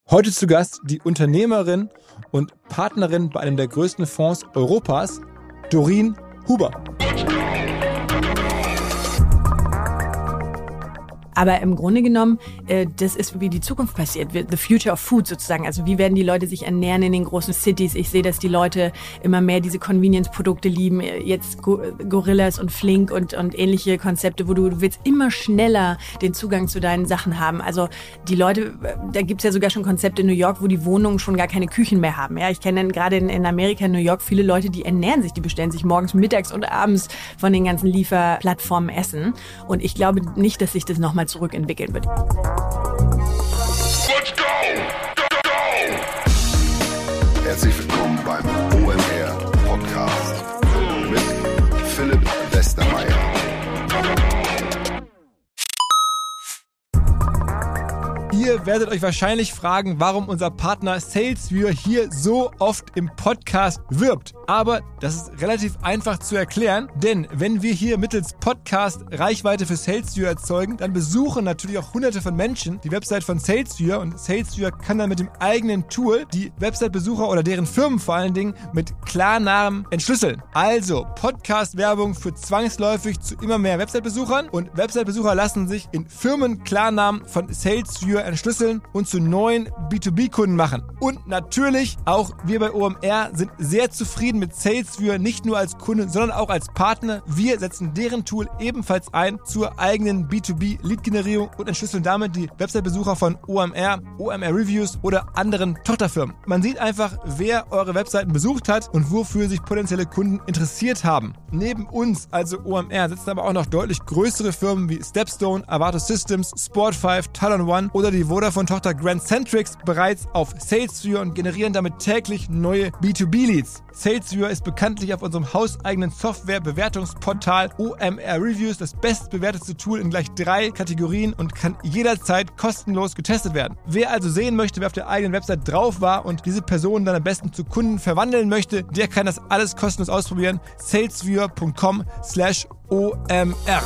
Heute zu Gast die Unternehmerin und Partnerin bei einem der größten Fonds Europas, Doreen Huber. Aber im Grunde genommen, das ist, wie die Zukunft passiert. The future of food sozusagen. Also wie werden die Leute sich ernähren in den großen Cities? Ich sehe, dass die Leute immer mehr diese Convenience-Produkte lieben. Jetzt Gorillas und Flink und ähnliche Konzepte, wo du willst immer schneller den Zugang zu deinen Sachen haben. Also die Leute, da gibt's ja sogar schon Konzepte in New York, wo die Wohnungen schon gar keine Küchen mehr haben. Ja, ich kenne gerade in Amerika, in New York, viele Leute, die ernähren sich, die bestellen sich morgens, mittags und abends von den ganzen Lieferplattformen Essen. Und ich glaube nicht, dass sich das nochmal zurückentwickeln wird. Let's go! Herzlich willkommen beim OMR Podcast mit Philipp Westermeier. Ihr werdet euch wahrscheinlich fragen, warum unser Partner SalesViewer hier so oft im Podcast wirbt. Aber das ist relativ einfach zu erklären, denn wenn wir hier mittels Podcast Reichweite für SalesViewer erzeugen, dann besuchen natürlich auch hunderte von Menschen die Website von SalesViewer und SalesViewer kann dann mit dem eigenen Tool die Website-Besucher oder deren Firmen vor allen Dingen mit Klarnamen entschlüsseln. Also Podcast-Werbung führt zwangsläufig zu immer mehr Website-Besuchern und Website-Besucher lassen sich in Firmen-Klarnamen von SalesViewer entschlüsseln und zu neuen B2B-Kunden machen. Und natürlich auch wir bei OMR sind sehr zufrieden mit SalesViewer, nicht nur als Kunde, sondern auch als Partner. Wir setzen deren Tool ebenfalls ein zur eigenen B2B-Lead-Generierung und entschlüsseln damit die Website-Besucher von OMR, OMR Reviews oder anderen Tochterfirmen. Man sieht einfach, wer eure Webseiten besucht hat und wofür sich potenzielle Kunden interessiert haben. Neben uns, also OMR, sitzen aber auch noch deutlich größere Firmen wie Stepstone, Avato Systems, Sport5, Talon One oder die Vodafone-Tochter Grand Centrix bereits auf SalesViewer und generieren damit täglich neue B2B-Leads. SalesViewer ist bekanntlich auf unserem hauseigenen Software-Bewertungsportal OMR Reviews das bestbewertete Tool in gleich 3 Kategorien und kann jederzeit kostenlos getestet werden. Wer also sehen möchte, wer auf der eigenen Website drauf war und diese Person dann am besten zu Kunden verwandeln möchte, der kann das alles kostenlos ausprobieren. salesviewer.com/OMR.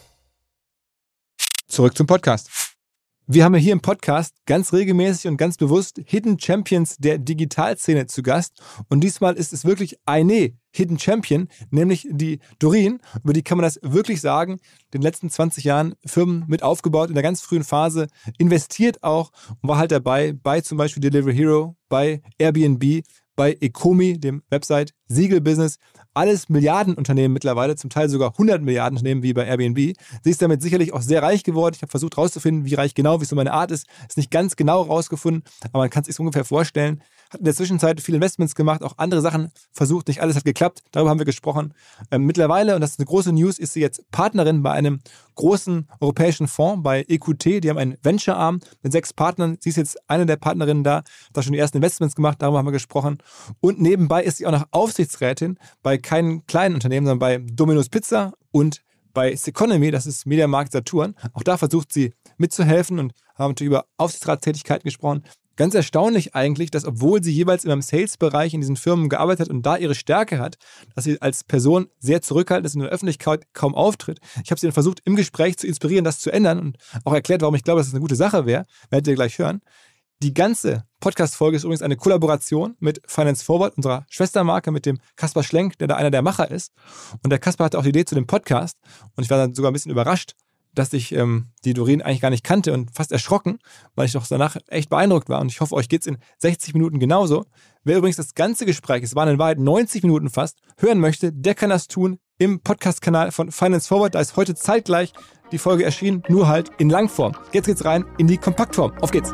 Zurück zum Podcast. Wir haben ja hier im Podcast ganz regelmäßig und ganz bewusst Hidden Champions der Digitalszene zu Gast. Und diesmal ist es wirklich eine Hidden Champion, nämlich die Doreen. Über die kann man das wirklich sagen. In den letzten 20 Jahren Firmen mit aufgebaut, in der ganz frühen Phase, investiert auch und war halt dabei bei zum Beispiel Delivery Hero, bei Airbnb, bei Ecomi, dem Website-Siegel-Business. Alles Milliardenunternehmen mittlerweile, zum Teil sogar 100 Milliarden Unternehmen wie bei Airbnb. Sie ist damit sicherlich auch sehr reich geworden. Ich habe versucht herauszufinden, wie reich genau, wie es so meine Art ist. Ist nicht ganz genau rausgefunden, aber man kann es sich ungefähr vorstellen. Hat in der Zwischenzeit viele Investments gemacht, auch andere Sachen versucht. Nicht alles hat geklappt. Darüber haben wir gesprochen. Mittlerweile, und das ist eine große News, ist sie jetzt Partnerin bei einem großen europäischen Fonds, bei EQT. Die haben einen Venture-Arm mit 6 Partnern. Sie ist jetzt eine der Partnerinnen da. Hat da schon die ersten Investments gemacht. Darüber haben wir gesprochen. Und nebenbei ist sie auch noch Aufsichtsrätin bei keinen kleinen Unternehmen, sondern bei Domino's Pizza und bei Seconomy, das ist Mediamarkt Saturn. Auch da versucht sie mitzuhelfen und haben natürlich über Aufsichtsratstätigkeiten gesprochen. Ganz erstaunlich eigentlich, dass obwohl sie jeweils in einem Sales-Bereich in diesen Firmen gearbeitet hat und da ihre Stärke hat, dass sie als Person sehr zurückhaltend ist und in der Öffentlichkeit kaum auftritt. Ich habe sie dann versucht, im Gespräch zu inspirieren, das zu ändern und auch erklärt, warum ich glaube, dass es eine gute Sache wäre. Werdet ihr gleich hören. Die ganze Podcast-Folge ist übrigens eine Kollaboration mit Finance Forward, unserer Schwestermarke, mit dem Kaspar Schlenk, der da einer der Macher ist. Und der Kaspar hatte auch die Idee zu dem Podcast. Und ich war dann sogar ein bisschen überrascht, dass ich die Doreen eigentlich gar nicht kannte und fast erschrocken, weil ich doch danach echt beeindruckt war. Und ich hoffe, euch geht's in 60 Minuten genauso. Wer übrigens das ganze Gespräch, es waren in Wahrheit 90 Minuten fast, hören möchte, der kann das tun im Podcast-Kanal von Finance Forward. Da ist heute zeitgleich die Folge erschienen, nur halt in Langform. Jetzt geht's rein in die Kompaktform. Auf geht's!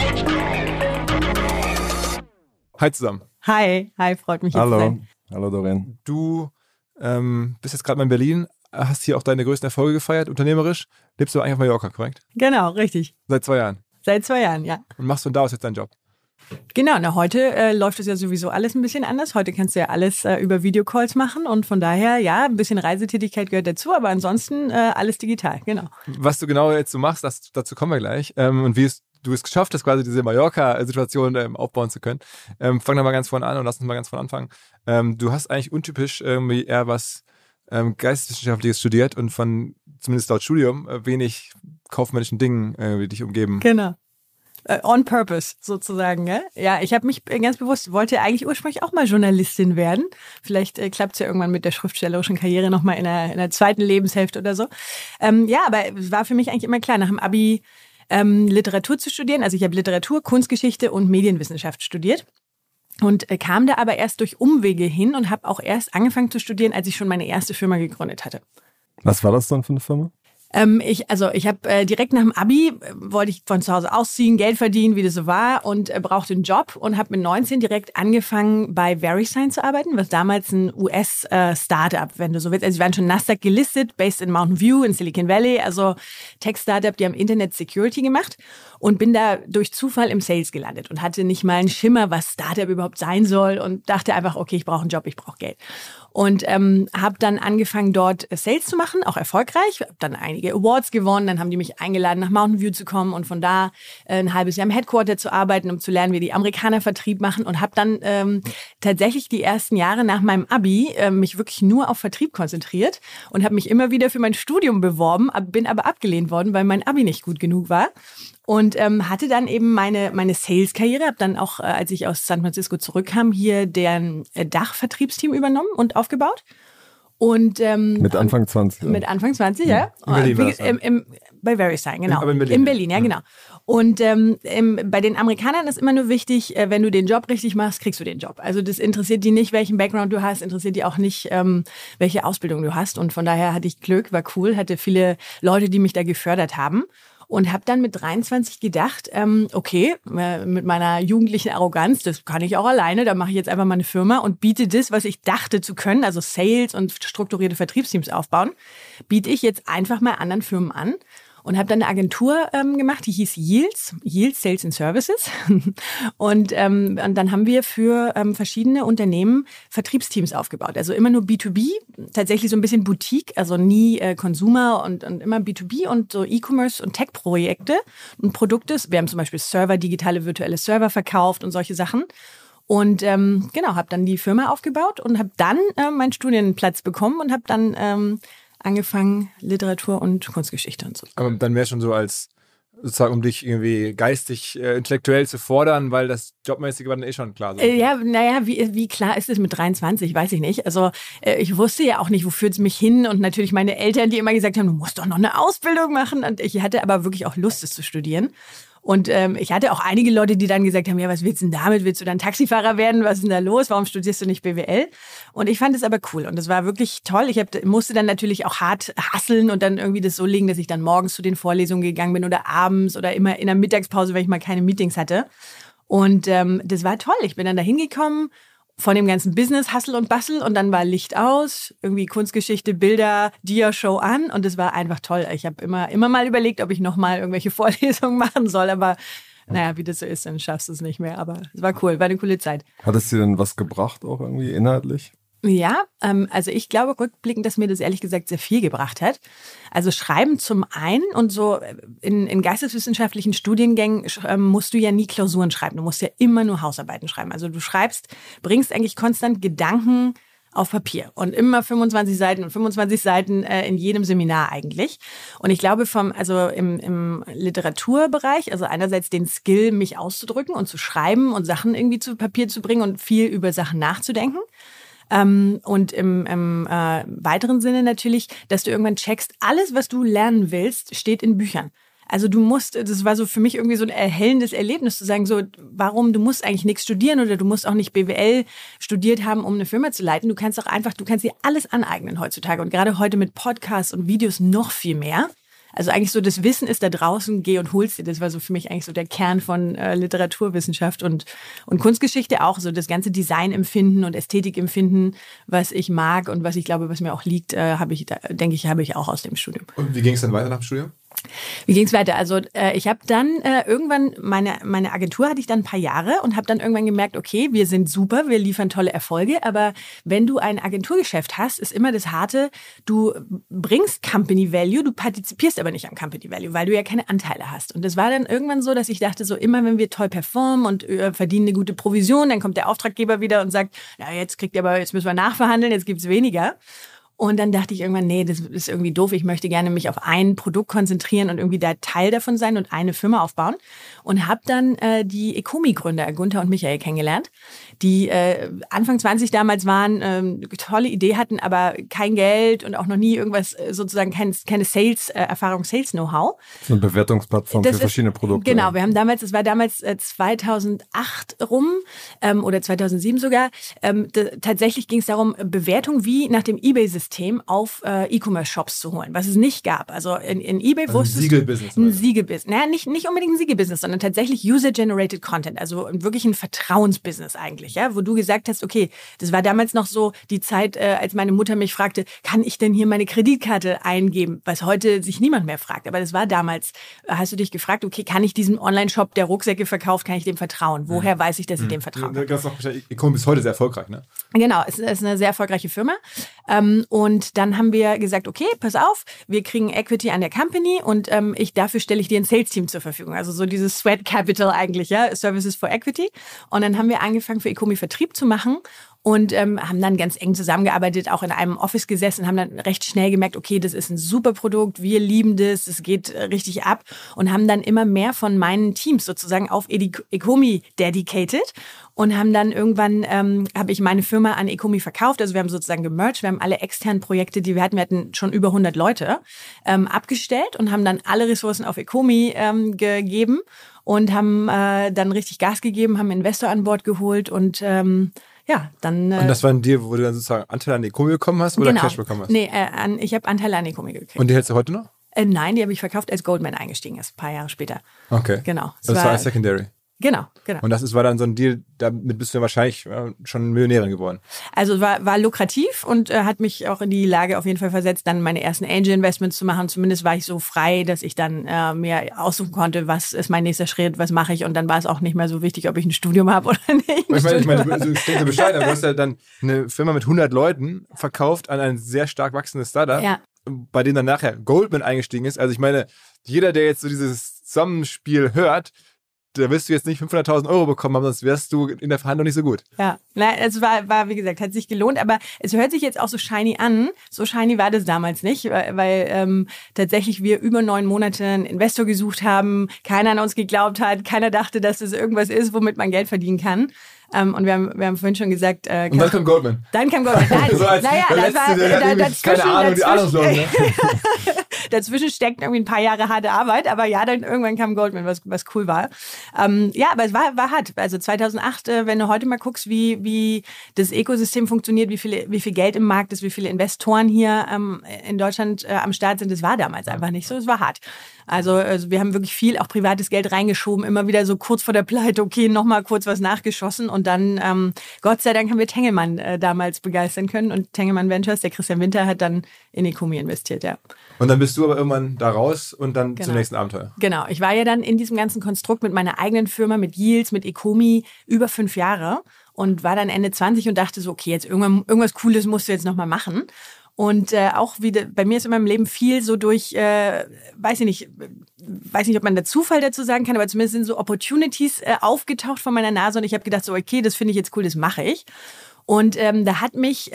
Hi zusammen. Hi, freut mich jetzt zu sein. Hallo Doreen. Du bist jetzt gerade mal in Berlin, hast hier auch deine größten Erfolge gefeiert, unternehmerisch. Lebst du eigentlich auf Mallorca, korrekt? Genau, richtig. Seit 2 Jahren? Seit 2 Jahren, ja. Und machst von da aus jetzt deinen Job? Genau, heute läuft es ja sowieso alles ein bisschen anders. Heute kannst du ja alles über Videocalls machen und von daher, ja, ein bisschen Reisetätigkeit gehört dazu, aber ansonsten alles digital, genau. Was du genau jetzt so machst, dazu kommen wir gleich. Und wie du es geschafft hast, quasi diese Mallorca-Situation aufbauen zu können. Fang da mal ganz vorne an und lass uns mal ganz vorne anfangen. Du hast eigentlich untypisch irgendwie eher was Geisteswissenschaftliches studiert und von, zumindest laut Studium, wenig kaufmännischen Dingen dich umgeben. Genau. on purpose sozusagen. Ne? Ja, ich habe mich ganz bewusst, wollte eigentlich ursprünglich auch mal Journalistin werden. Vielleicht klappt es ja irgendwann mit der schriftstellerischen Karriere nochmal in der zweiten Lebenshälfte oder so. Ja, aber es war für mich eigentlich immer klar, nach dem Abi Literatur zu studieren. Also ich habe Literatur, Kunstgeschichte und Medienwissenschaft studiert. Und kam da aber erst durch Umwege hin und habe auch erst angefangen zu studieren, als ich schon meine erste Firma gegründet hatte. Was war das dann für eine Firma? Ich habe direkt nach dem Abi, wollte ich von zu Hause ausziehen, Geld verdienen, wie das so war und brauchte einen Job und habe mit 19 direkt angefangen bei VeriSign zu arbeiten, was damals ein US-Startup, wenn du so willst. Also sie waren schon Nasdaq gelistet, based in Mountain View in Silicon Valley, also Tech-Startup, die haben Internet Security gemacht und bin da durch Zufall im Sales gelandet und hatte nicht mal einen Schimmer, was Startup überhaupt sein soll und dachte einfach, okay, ich brauche einen Job, ich brauche Geld. Und habe dann angefangen, dort Sales zu machen, auch erfolgreich. Habe dann einige Awards gewonnen. Dann haben die mich eingeladen, nach Mountain View zu kommen und von da ein halbes Jahr im Headquarter zu arbeiten, um zu lernen, wie die Amerikaner Vertrieb machen. Und habe dann tatsächlich die ersten Jahre nach meinem Abi mich wirklich nur auf Vertrieb konzentriert und habe mich immer wieder für mein Studium beworben, bin aber abgelehnt worden, weil mein Abi nicht gut genug war. Und hatte dann eben meine Sales-Karriere, habe dann auch, als ich aus San Francisco zurückkam, hier deren Dachvertriebsteam übernommen und aufgebaut. Und mit Anfang 20. Mit Anfang 20, ja. In Berlin bei VeriSign, genau. Aber in Berlin, ja, genau. Und bei den Amerikanern ist immer nur wichtig, wenn du den Job richtig machst, kriegst du den Job. Also das interessiert die nicht, welchen Background du hast, interessiert die auch nicht, welche Ausbildung du hast. Und von daher hatte ich Glück, war cool, hatte viele Leute, die mich da gefördert haben. Und habe dann mit 23 gedacht, okay, mit meiner jugendlichen Arroganz, das kann ich auch alleine, da mache ich jetzt einfach mal eine Firma und biete das, was ich dachte zu können, also Sales und strukturierte Vertriebsteams aufbauen, biete ich jetzt einfach mal anderen Firmen an. Und habe dann eine Agentur gemacht, die hieß Yields Sales and Services. Und dann haben wir für verschiedene Unternehmen Vertriebsteams aufgebaut. Also immer nur B2B, tatsächlich so ein bisschen Boutique, also nie Consumer und immer B2B und so E-Commerce und Tech-Projekte und Produkte. Wir haben zum Beispiel Server, digitale virtuelle Server verkauft und solche Sachen. Und habe dann die Firma aufgebaut und habe dann meinen Studienplatz bekommen und habe dann angefangen, Literatur und Kunstgeschichte und so. Aber dann wäre schon so als, sozusagen, um dich irgendwie geistig, intellektuell zu fordern, weil das Jobmäßige war dann schon klar. So. Wie klar ist es mit 23, weiß ich nicht. Also ich wusste ja auch nicht, wo führt es mich hin und natürlich meine Eltern, die immer gesagt haben, du musst doch noch eine Ausbildung machen und ich hatte aber wirklich auch Lust, es zu studieren. Und ich hatte auch einige Leute, die dann gesagt haben, ja, was willst du denn damit? Willst du dann Taxifahrer werden? Was ist denn da los? Warum studierst du nicht BWL? Und ich fand es aber cool und das war wirklich toll. Ich musste dann natürlich auch hart hustlen und dann irgendwie das so legen, dass ich dann morgens zu den Vorlesungen gegangen bin oder abends oder immer in der Mittagspause, weil ich mal keine Meetings hatte. Und das war toll. Ich bin dann da hingekommen von dem ganzen Business, Hustle und Bustle und dann war Licht aus, irgendwie Kunstgeschichte, Bilder, Dia-Show an und es war einfach toll. Ich habe immer mal überlegt, ob ich nochmal irgendwelche Vorlesungen machen soll, aber naja, wie das so ist, dann schaffst du es nicht mehr. Aber es war cool, war eine coole Zeit. Hat es dir denn was gebracht, auch irgendwie inhaltlich? Ja, also ich glaube rückblickend, dass mir das ehrlich gesagt sehr viel gebracht hat. Also Schreiben zum einen und so in geisteswissenschaftlichen Studiengängen musst du ja nie Klausuren schreiben. Du musst ja immer nur Hausarbeiten schreiben. Also du bringst eigentlich konstant Gedanken auf Papier und immer 25 Seiten und 25 Seiten in jedem Seminar eigentlich. Und ich glaube im Literaturbereich, also einerseits den Skill, mich auszudrücken und zu schreiben und Sachen irgendwie zu Papier zu bringen und viel über Sachen nachzudenken. Und im weiteren Sinne natürlich, dass du irgendwann checkst, alles, was du lernen willst, steht in Büchern. Also das war so für mich irgendwie so ein erhellendes Erlebnis, zu sagen, so, du musst eigentlich nichts studieren oder du musst auch nicht BWL studiert haben, um eine Firma zu leiten. Du kannst dir alles aneignen heutzutage und gerade heute mit Podcasts und Videos noch viel mehr. Also eigentlich so, das Wissen ist da draußen, geh und hol's dir. Das war so für mich eigentlich so der Kern von Literaturwissenschaft und Kunstgeschichte auch. So das ganze Designempfinden und Ästhetikempfinden, was ich mag und was ich glaube, was mir auch liegt, habe ich auch aus dem Studium. Und wie ging es dann weiter nach dem Studium? Wie ging es weiter? Also ich habe dann irgendwann, meine Agentur hatte ich dann ein paar Jahre und habe dann irgendwann gemerkt, okay, wir sind super, wir liefern tolle Erfolge, aber wenn du ein Agenturgeschäft hast, ist immer das Harte, du bringst Company Value, du partizipierst aber nicht am Company Value, weil du ja keine Anteile hast. Und das war dann irgendwann so, dass ich dachte, so immer wenn wir toll performen und verdienen eine gute Provision, dann kommt der Auftraggeber wieder und sagt, ja, jetzt müssen wir nachverhandeln, jetzt gibt's weniger. Und dann dachte ich irgendwann, nee, das ist irgendwie doof. Ich möchte gerne mich auf ein Produkt konzentrieren und irgendwie da Teil davon sein und eine Firma aufbauen. Und habe dann die Ecomi-Gründer, Gunther und Michael, kennengelernt, die Anfang 20 damals waren, tolle Idee hatten, aber kein Geld und auch noch nie irgendwas, sozusagen keine Sales-Erfahrung, Sales-Know-how. So eine Bewertungsplattform für verschiedene Produkte. Genau, es war damals 2008 rum oder 2007 sogar. Tatsächlich ging es darum, Bewertung wie nach dem eBay-System auf E-Commerce-Shops zu holen, was es nicht gab. Also in eBay wusstest du... Ein Siegelbusiness. Naja, nicht unbedingt ein Siegelbusiness, sondern tatsächlich User-Generated Content, also wirklich ein Vertrauensbusiness eigentlich, ja, wo du gesagt hast, okay, das war damals noch so die Zeit, als meine Mutter mich fragte, kann ich denn hier meine Kreditkarte eingeben, was heute sich niemand mehr fragt. Aber das war damals, hast du dich gefragt, okay, kann ich diesem Online-Shop, der Rucksäcke verkauft, kann ich dem vertrauen? Woher weiß ich, dass ich dem vertraue? Das ist auch bis heute sehr erfolgreich, ne? Genau, es ist eine sehr erfolgreiche Firma. Und dann haben wir gesagt, okay, pass auf, wir kriegen Equity an der Company und dafür stelle ich dir ein Sales-Team zur Verfügung. Also so dieses Sweat Capital eigentlich, ja, Services for Equity. Und dann haben wir angefangen, für Ecomi Vertrieb zu machen und haben dann ganz eng zusammengearbeitet, auch in einem Office gesessen, haben dann recht schnell gemerkt, okay, das ist ein super Produkt, wir lieben das, es geht richtig ab und haben dann immer mehr von meinen Teams sozusagen auf Ecomi dedicated und haben dann irgendwann, habe ich meine Firma an Ecomi verkauft, also wir haben sozusagen gemerged, wir haben alle externen Projekte, die wir hatten schon über 100 Leute, abgestellt und haben dann alle Ressourcen auf Ecomi gegeben und haben dann richtig Gas gegeben, haben einen Investor an Bord geholt und ja, dann... Und das war ein Deal, wo du dann sozusagen Anteil an Ecomi bekommen hast oder Cash bekommen hast? Nee, ich habe Anteile an Ecomi gekriegt. Und die hältst du heute noch? Nein, die habe ich verkauft, als Goldman eingestiegen ist, ein paar Jahre später. Okay. Genau. Das war ein Secondary. Genau. Und war dann so ein Deal, damit bist du wahrscheinlich schon Millionärin geworden. Also war lukrativ und hat mich auch in die Lage auf jeden Fall versetzt, dann meine ersten Angel-Investments zu machen. Zumindest war ich so frei, dass ich dann mir aussuchen konnte, was ist mein nächster Schritt, was mache ich. Und dann war es auch nicht mehr so wichtig, ob ich ein Studium habe oder nicht. Ich meine, du denkst ja Bescheid, aber du hast ja dann eine Firma mit 100 Leuten verkauft an ein sehr stark wachsendes Startup, bei dem dann nachher Goldman eingestiegen ist. Also ich meine, jeder, der jetzt so dieses Zusammenspiel hört, da wirst du jetzt nicht 500.000 Euro bekommen haben, sonst wärst du in der Verhandlung nicht so gut. Ja, es war, wie gesagt, hat sich gelohnt, aber es hört sich jetzt auch so shiny an. So shiny war das damals nicht, weil tatsächlich wir über 9 Monate einen Investor gesucht haben, keiner an uns geglaubt hat, keiner dachte, dass das irgendwas ist, womit man Geld verdienen kann. Und wir haben vorhin schon gesagt... und dann kam Goldman. Dann kam Goldman. Nein, so als keine Ahnung, die Ahnungslosen. Ne? Dazwischen steckt irgendwie ein paar Jahre harte Arbeit, aber ja, dann irgendwann kam Goldman, was cool war. Ja, aber es war hart. Also 2008, wenn du heute mal guckst, wie das Ökosystem funktioniert, wie viel Geld im Markt ist, wie viele Investoren hier in Deutschland am Start sind, das war damals einfach nicht so. Es war hart. Also wir haben wirklich viel auch privates Geld reingeschoben, immer wieder so kurz vor der Pleite, okay, nochmal kurz was nachgeschossen und dann, Gott sei Dank, haben wir Tengelmann damals begeistern können und Tengelmann Ventures, der Christian Winter, hat dann in Ecomi investiert, ja. Und dann bist du aber irgendwann da raus und dann zum nächsten Abenteuer. Genau, ich war ja dann in diesem ganzen Konstrukt mit meiner eigenen Firma, mit Yields, mit Ecomi über 5 Jahre und war dann Ende 20 und dachte so, okay, jetzt irgendwas Cooles musst du jetzt nochmal machen. Und auch wieder, bei mir ist in meinem Leben viel so durch, weiß nicht, ob man da Zufall dazu sagen kann, aber zumindest sind so Opportunities aufgetaucht vor meiner Nase und ich habe gedacht so, okay, das finde ich jetzt cool, das mache ich. Und da hat mich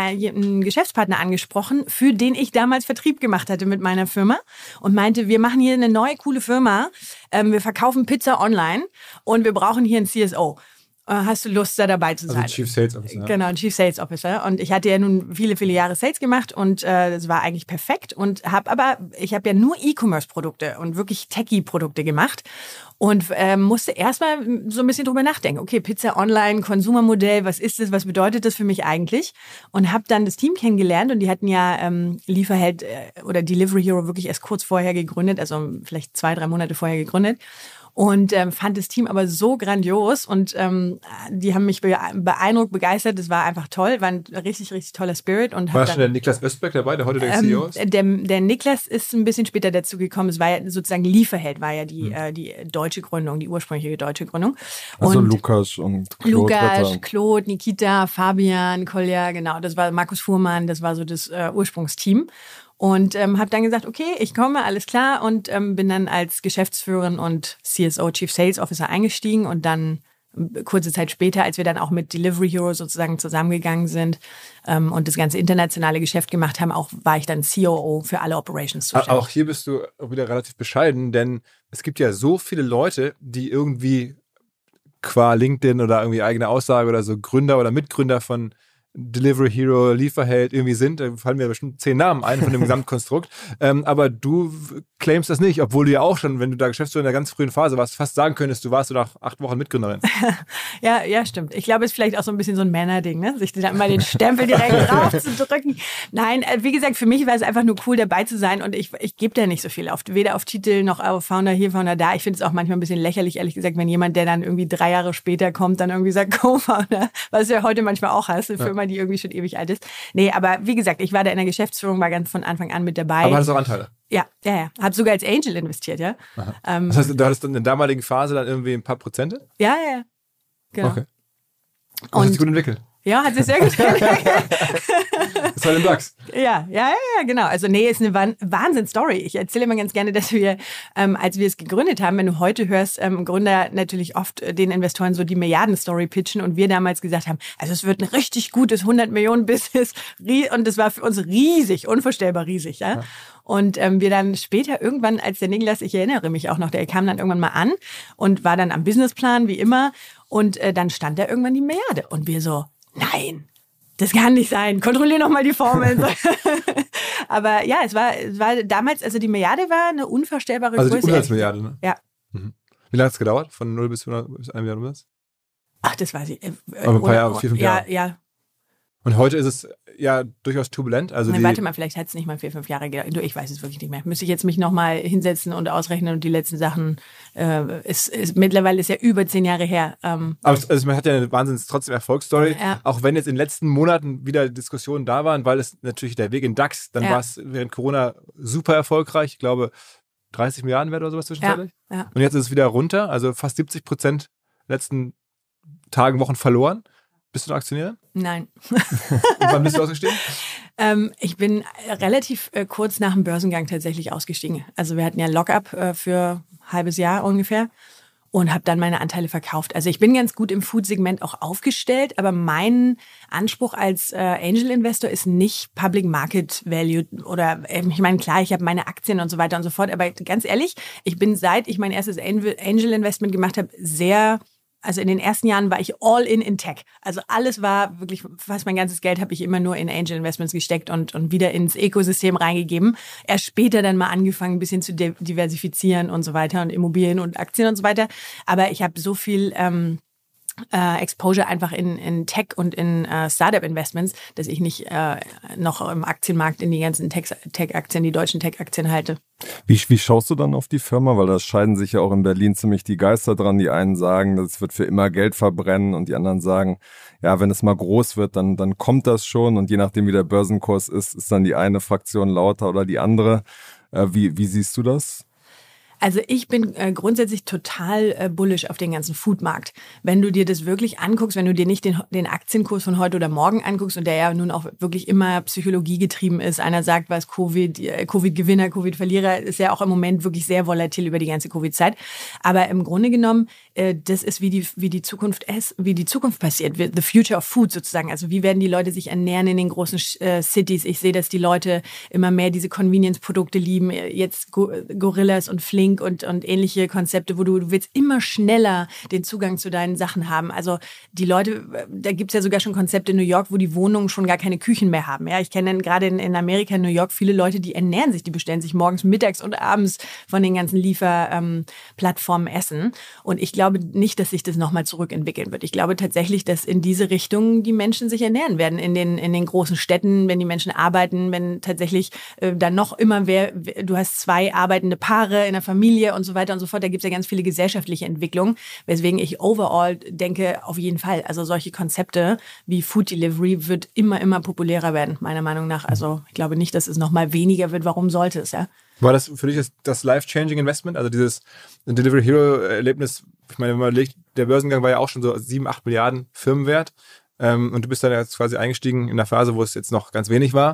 ein Geschäftspartner angesprochen, für den ich damals Vertrieb gemacht hatte mit meiner Firma und meinte, wir machen hier eine neue, coole Firma, wir verkaufen Pizza online und wir brauchen hier einen CSO. Hast du Lust, da dabei zu sein? Also Chief Sales Officer. Genau, ein Chief Sales Officer. Und ich hatte ja nun viele, viele Jahre Sales gemacht und das war eigentlich perfekt. Und ich habe ja nur E-Commerce-Produkte und wirklich Techie-Produkte gemacht und musste erstmal so ein bisschen drüber nachdenken. Okay, Pizza online, Konsumermodell, was ist das, was bedeutet das für mich eigentlich? Und habe dann das Team kennengelernt und die hatten ja Lieferheld oder Delivery Hero wirklich erst kurz vorher gegründet, also vielleicht 2-3 Monate vorher gegründet. Und fand das Team aber so grandios und die haben mich beeindruckt, begeistert. Das war einfach toll, war ein richtig, richtig toller Spirit. Und war schon der Niklas Östberg dabei, der heute der CEO ist? Der Niklas ist ein bisschen später dazu gekommen. Es war ja sozusagen Lieferheld, war ja die deutsche Gründung, die ursprüngliche deutsche Gründung. Also und Lukas und Claude. Claude, Nikita, Fabian, Kolja, genau. Das war Markus Fuhrmann, das war so das Ursprungsteam. Und habe dann gesagt, okay, ich komme, alles klar. Und bin dann als Geschäftsführerin und CSO, Chief Sales Officer eingestiegen und dann kurze Zeit später, als wir dann auch mit Delivery Hero sozusagen zusammengegangen sind und das ganze internationale Geschäft gemacht haben, war ich dann COO für alle Operations zuständig. Auch hier bist du wieder relativ bescheiden, denn es gibt ja so viele Leute, die irgendwie qua LinkedIn oder irgendwie eigene Aussage oder so Gründer oder Mitgründer von Delivery Hero, Lieferheld irgendwie sind. Da fallen mir bestimmt 10 Namen ein von dem Gesamtkonstrukt. Aber du claimst das nicht, obwohl du ja auch schon, wenn du da Geschäftsführer in der ganz frühen Phase warst, fast sagen könntest, du warst nach 8 Wochen Mitgründerin. Ja, stimmt. Ich glaube, es ist vielleicht auch so ein bisschen so ein Männerding, ne? Sich dann mal den Stempel direkt drauf zu drücken. Nein, wie gesagt, für mich war es einfach nur cool, dabei zu sein und ich gebe da nicht so viel auf. Weder auf Titel noch auf Founder hier, Founder da. Ich finde es auch manchmal ein bisschen lächerlich, ehrlich gesagt, wenn jemand, der dann irgendwie 3 Jahre später kommt, dann irgendwie sagt Co-Founder, was du ja heute manchmal auch hast, eine Firma, die irgendwie schon ewig alt ist. Nee, aber wie gesagt, ich war da in der Geschäftsführung, war ganz von Anfang an mit dabei. Aber hattest du auch Anteile? Ja. Hab sogar als Angel investiert, ja. Das heißt, du hattest in der damaligen Phase dann irgendwie ein paar Prozente? Ja. Genau. Okay. Und hat sich gut entwickelt? Ja, hat sich sehr gut entwickelt. Das war den Bugs. Ja, genau. Also ist eine Wahnsinn-Story. Ich erzähle immer ganz gerne, dass wir, als wir es gegründet haben, wenn du heute hörst, Gründer natürlich oft den Investoren so die Milliarden-Story pitchen und wir damals gesagt haben, also es wird ein richtig gutes 100-Millionen-Business und das war für uns riesig, unvorstellbar riesig. Ja? Und wir dann später irgendwann, als der Niklas, ich erinnere mich auch noch, der kam dann irgendwann mal an und war dann am Businessplan, wie immer. Und dann stand da irgendwann die Milliarde. Und wir so, nein, das kann nicht sein. Kontrollier noch mal die Formeln. Aber ja, es war damals, also die Milliarde war eine unvorstellbare Größe. Also die Umsatzmilliarde, ne? Ja. Mhm. Wie lange hat es gedauert? Von 0 bis 100 bis 1 Milliarde Umsatz? Ach, das weiß ich. Aber ein paar Jahre, 4, 5 Jahre. Ja. Und heute ist es ja durchaus turbulent. Also warte mal, vielleicht hat es nicht mal 4, 5 Jahre gedauert. Ich weiß es wirklich nicht mehr. Müsste ich jetzt mich nochmal hinsetzen und ausrechnen und die letzten Sachen, mittlerweile ist ja über 10 Jahre her. Aber man hat ja eine wahnsinnig trotzdem Erfolgsstory. Ja. Auch wenn jetzt in den letzten Monaten wieder Diskussionen da waren, weil es natürlich der Weg in DAX, dann war es während Corona super erfolgreich. Ich glaube, 30 Milliarden wert oder sowas zwischenzeitlich. Ja. Und jetzt ist es wieder runter, also fast 70% letzten Tagen, Wochen verloren. Bist du eine Aktionärin? Nein. Und wann bist du ausgestiegen? Ich bin relativ kurz nach dem Börsengang tatsächlich ausgestiegen. Also wir hatten ja Lockup für ein halbes Jahr ungefähr und habe dann meine Anteile verkauft. Also ich bin ganz gut im Food-Segment auch aufgestellt, aber mein Anspruch als Angel-Investor ist nicht Public Market Value oder ich meine, klar, ich habe meine Aktien und so weiter und so fort, aber ganz ehrlich, ich bin seit ich mein erstes Angel-Investment gemacht habe, also in den ersten Jahren war ich all in Tech. Also alles war wirklich, fast mein ganzes Geld habe ich immer nur in Angel Investments gesteckt und wieder ins Ökosystem reingegeben. Erst später dann mal angefangen, ein bisschen zu diversifizieren und so weiter und Immobilien und Aktien und so weiter. Aber ich habe so viel Exposure einfach in Tech und in Startup-Investments, dass ich nicht noch im Aktienmarkt in die ganzen Tech-Aktien, die deutschen Tech-Aktien halte. Wie schaust du dann auf die Firma? Weil da scheiden sich ja auch in Berlin ziemlich die Geister dran. Die einen sagen, das wird für immer Geld verbrennen und die anderen sagen, ja, wenn es mal groß wird, dann kommt das schon und je nachdem, wie der Börsenkurs ist dann die eine Fraktion lauter oder die andere. Wie siehst du das? Also ich bin grundsätzlich total bullish auf den ganzen Foodmarkt. Wenn du dir das wirklich anguckst, wenn du dir nicht den Aktienkurs von heute oder morgen anguckst und der ja nun auch wirklich immer Psychologie getrieben ist. Einer sagt, was Covid-Gewinner, Covid-Verlierer, ist ja auch im Moment wirklich sehr volatil über die ganze Covid-Zeit. Aber im Grunde genommen, das ist wie die Zukunft passiert. The future of food sozusagen. Also wie werden die Leute sich ernähren in den großen Cities? Ich sehe, dass die Leute immer mehr diese Convenience-Produkte lieben. Jetzt Gorillas und Flink und ähnliche Konzepte, wo du willst immer schneller den Zugang zu deinen Sachen haben. Also die Leute, da gibt's ja sogar schon Konzepte in New York, wo die Wohnungen schon gar keine Küchen mehr haben. Ja, ich kenne gerade in Amerika, in New York, viele Leute, die ernähren sich, die bestellen sich morgens, mittags und abends von den ganzen Lieferplattformen Essen. Und ich glaube nicht, dass sich das nochmal zurückentwickeln wird. Ich glaube tatsächlich, dass in diese Richtung die Menschen sich ernähren werden in den großen Städten, wenn die Menschen arbeiten, wenn tatsächlich dann noch immer du hast 2 arbeitende Paare in der Familie und so weiter und so fort. Da gibt es ja ganz viele gesellschaftliche Entwicklungen, weswegen ich overall denke, auf jeden Fall, also solche Konzepte wie Food Delivery wird immer populärer werden, meiner Meinung nach. Also ich glaube nicht, dass es nochmal weniger wird. Warum sollte es, ja? War das für dich das life-changing Investment? Also dieses Delivery Hero-Erlebnis, ich meine, wenn man überlegt, der Börsengang war ja auch schon so 7-8 Milliarden Firmenwert und du bist dann jetzt quasi eingestiegen in einer Phase, wo es jetzt noch ganz wenig war.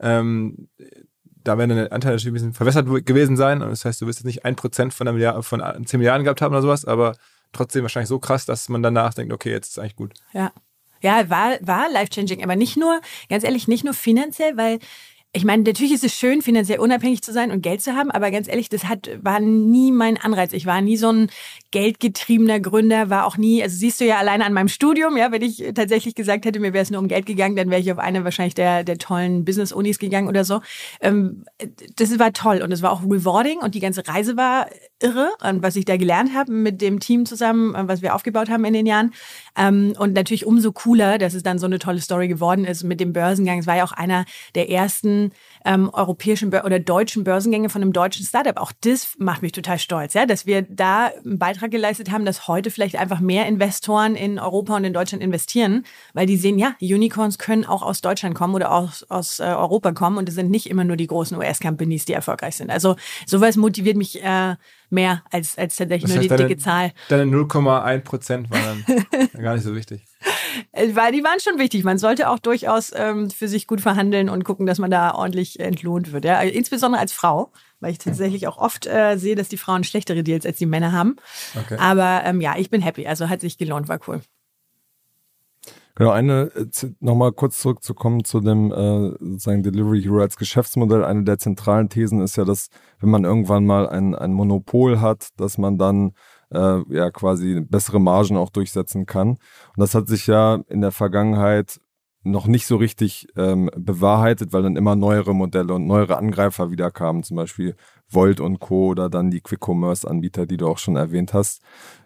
Da werden deine Anteile natürlich ein bisschen verwässert gewesen sein. Und das heißt, du wirst jetzt nicht 1% von 10 Milliarden gehabt haben oder sowas, aber trotzdem wahrscheinlich so krass, dass man danach denkt, okay, jetzt ist es eigentlich gut. Ja, war life-changing, aber nicht nur, ganz ehrlich, nicht nur finanziell, weil ich meine, natürlich ist es schön, finanziell unabhängig zu sein und Geld zu haben, aber ganz ehrlich, war nie mein Anreiz. Ich war nie so ein geldgetriebener Gründer, war auch nie, also siehst du ja alleine an meinem Studium, ja, wenn ich tatsächlich gesagt hätte, mir wäre es nur um Geld gegangen, dann wäre ich auf eine wahrscheinlich der tollen Business-Unis gegangen oder so. Das war toll und es war auch rewarding und die ganze Reise war irre und was ich da gelernt habe mit dem Team zusammen, was wir aufgebaut haben in den Jahren. Und natürlich umso cooler, dass es dann so eine tolle Story geworden ist mit dem Börsengang. Es war ja auch einer der ersten europäischen oder deutschen Börsengänge von einem deutschen Startup. Auch das macht mich total stolz, ja, dass wir da einen Beitrag geleistet haben, dass heute vielleicht einfach mehr Investoren in Europa und in Deutschland investieren, weil die sehen, ja, Unicorns können auch aus Deutschland kommen oder aus Europa kommen und es sind nicht immer nur die großen US-Companies, die erfolgreich sind. Also sowas motiviert mich mehr als tatsächlich nur die dicke Zahl. Deine 0,1% waren dann gar nicht so wichtig. Weil die waren schon wichtig. Man sollte auch durchaus für sich gut verhandeln und gucken, dass man da ordentlich entlohnt wird. Ja? Insbesondere als Frau, weil ich tatsächlich auch oft sehe, dass die Frauen schlechtere Deals als die Männer haben. Okay. Aber ja, ich bin happy. Also hat sich gelohnt, war cool. Genau, nochmal kurz zurückzukommen zu dem sozusagen Delivery Hero als Geschäftsmodell. Eine der zentralen Thesen ist ja, dass wenn man irgendwann mal ein Monopol hat, dass man dann quasi bessere Margen auch durchsetzen kann. Und das hat sich ja in der Vergangenheit noch nicht so richtig bewahrheitet, weil dann immer neuere Modelle und neuere Angreifer wieder kamen, zum Beispiel Volt und Co. oder dann die Quick-Commerce-Anbieter, die du auch schon erwähnt hast.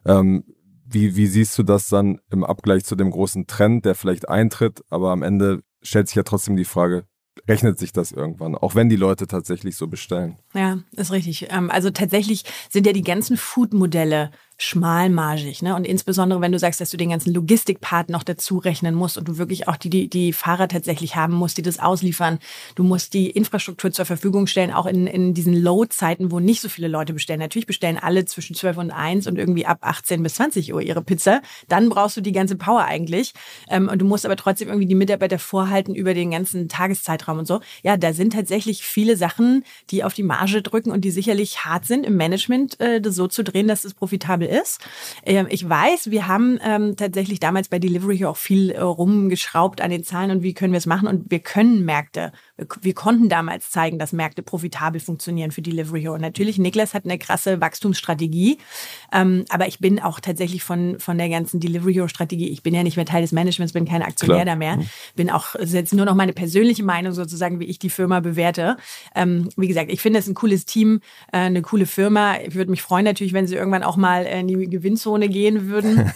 Wie siehst du das dann im Abgleich zu dem großen Trend, der vielleicht eintritt, aber am Ende stellt sich ja trotzdem die Frage, rechnet sich das irgendwann, auch wenn die Leute tatsächlich so bestellen? Ja, ist richtig. Also tatsächlich sind ja die ganzen Food-Modelle schmalmargig, ne? Und insbesondere, wenn du sagst, dass du den ganzen Logistikpart noch dazu rechnen musst und du wirklich auch die Fahrer tatsächlich haben musst, die das ausliefern. Du musst die Infrastruktur zur Verfügung stellen, auch in diesen Low-Zeiten, wo nicht so viele Leute bestellen. Natürlich bestellen alle zwischen 12 und 1 und irgendwie ab 18 bis 20 Uhr ihre Pizza. Dann brauchst du die ganze Power eigentlich. Und du musst aber trotzdem irgendwie die Mitarbeiter vorhalten über den ganzen Tageszeitraum und so. Ja, da sind tatsächlich viele Sachen, die auf die Marge drücken und die sicherlich hart sind im Management, das so zu drehen, dass es profitabel ist. Ich weiß, wir haben tatsächlich damals bei Delivery auch viel rumgeschraubt an den Zahlen und wie können wir es machen und wir können Märkte. Wir konnten damals zeigen, dass Märkte profitabel funktionieren für Delivery Hero. Und natürlich, Niklas hat eine krasse Wachstumsstrategie, aber ich bin auch tatsächlich von der ganzen Delivery Hero Strategie, ich bin ja nicht mehr Teil des Managements, bin kein Aktionär da mehr, bin auch, ist jetzt nur noch meine persönliche Meinung sozusagen, wie ich die Firma bewerte. Wie gesagt, ich finde es ein cooles Team, eine coole Firma. Ich würde mich freuen natürlich, wenn sie irgendwann auch mal in die Gewinnzone gehen würden.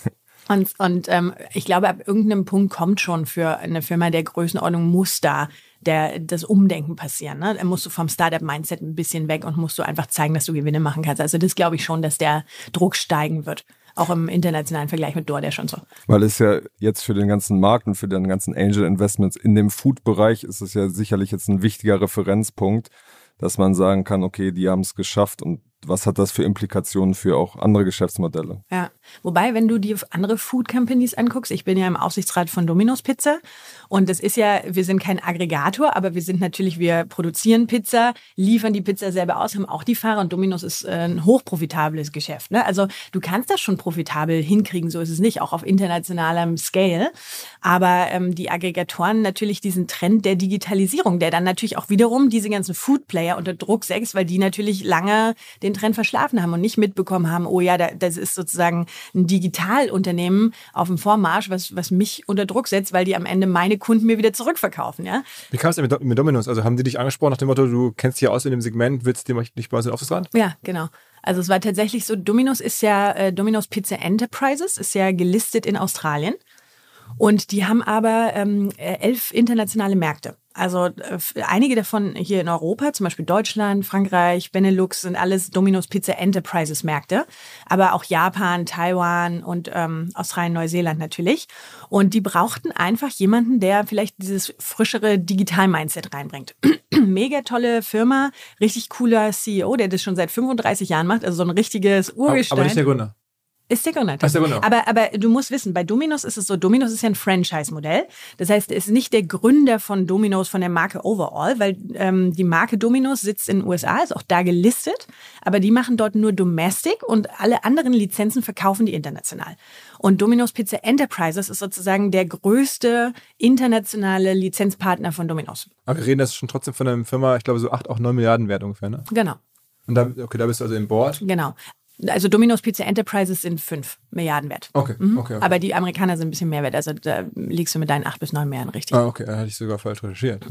Und ich glaube, ab irgendeinem Punkt kommt schon für eine Firma der Größenordnung muss da das Umdenken passieren. Ne? Da musst du vom Startup-Mindset ein bisschen weg und musst du einfach zeigen, dass du Gewinne machen kannst. Also das glaube ich schon, dass der Druck steigen wird. Auch im internationalen Vergleich mit DoorDash schon so. Weil es ja jetzt für den ganzen Markt und für den ganzen Angel-Investments in dem Food-Bereich ist es ja sicherlich jetzt ein wichtiger Referenzpunkt, dass man sagen kann, okay, die haben es geschafft und was hat das für Implikationen für auch andere Geschäftsmodelle? Ja, wobei, wenn du die andere Food Companies anguckst, ich bin ja im Aufsichtsrat von Domino's Pizza und das ist ja, wir sind kein Aggregator, aber wir produzieren Pizza, liefern die Pizza selber aus, haben auch die Fahrer und Domino's ist ein hochprofitables Geschäft. Ne? Also du kannst das schon profitabel hinkriegen, so ist es nicht, auch auf internationalem Scale. Aber die Aggregatoren natürlich diesen Trend der Digitalisierung, der dann natürlich auch wiederum diese ganzen Food Player unter Druck setzt, weil die natürlich lange den Trend verschlafen haben und nicht mitbekommen haben, oh ja, das ist sozusagen ein Digitalunternehmen auf dem Vormarsch, was mich unter Druck setzt, weil die am Ende meine Kunden mir wieder zurückverkaufen. Ja? Wie kam es denn mit Domino's? Also haben die dich angesprochen nach dem Motto, du kennst dich aus in dem Segment, willst du dich bei uns in den Aufsichtsrat? Ja, genau. Also es war tatsächlich so, Domino's Pizza Enterprises, ist ja gelistet in Australien. Und die haben aber 11 internationale Märkte. Also einige davon hier in Europa, zum Beispiel Deutschland, Frankreich, Benelux, sind alles Domino's Pizza Enterprises Märkte. Aber auch Japan, Taiwan und Australien, Neuseeland natürlich. Und die brauchten einfach jemanden, der vielleicht dieses frischere Digital-Mindset reinbringt. Mega tolle Firma, richtig cooler CEO, der das schon seit 35 Jahren macht. Also so ein richtiges Urgestein. Aber nicht der Gründer. Ist der Gründer. Ist der Gründer. Aber du musst wissen, bei Domino's ist es so, Domino's ist ja ein Franchise-Modell. Das heißt, er ist nicht der Gründer von Domino's, von der Marke Overall, weil die Marke Domino's sitzt in den USA, ist auch da gelistet, aber die machen dort nur Domestic und alle anderen Lizenzen verkaufen die international. Und Domino's Pizza Enterprises ist sozusagen der größte internationale Lizenzpartner von Domino's. Aber wir reden jetzt schon trotzdem von einer Firma, ich glaube so 8, auch 9 Milliarden wert ungefähr, ne? Genau. Und da bist du also im Board? Genau. Also Domino's Pizza Enterprises sind 5 Milliarden wert. Okay. Aber die Amerikaner sind ein bisschen mehr wert. Also da liegst du mit deinen 8 bis 9 Milliarden richtig. Okay, da hatte ich sogar falsch recherchiert.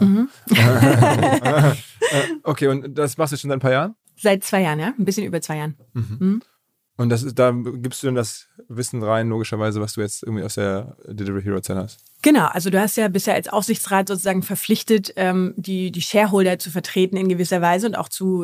Okay, und das machst du schon seit ein paar Jahren? Seit 2 Jahren, ja. Ein bisschen über 2 Jahren. Und da gibst du dann das Wissen rein, logischerweise, was du jetzt irgendwie aus der Delivery Hero Zeit hast? Genau, also du hast ja bisher als Aufsichtsrat sozusagen verpflichtet, die Shareholder zu vertreten in gewisser Weise und auch zu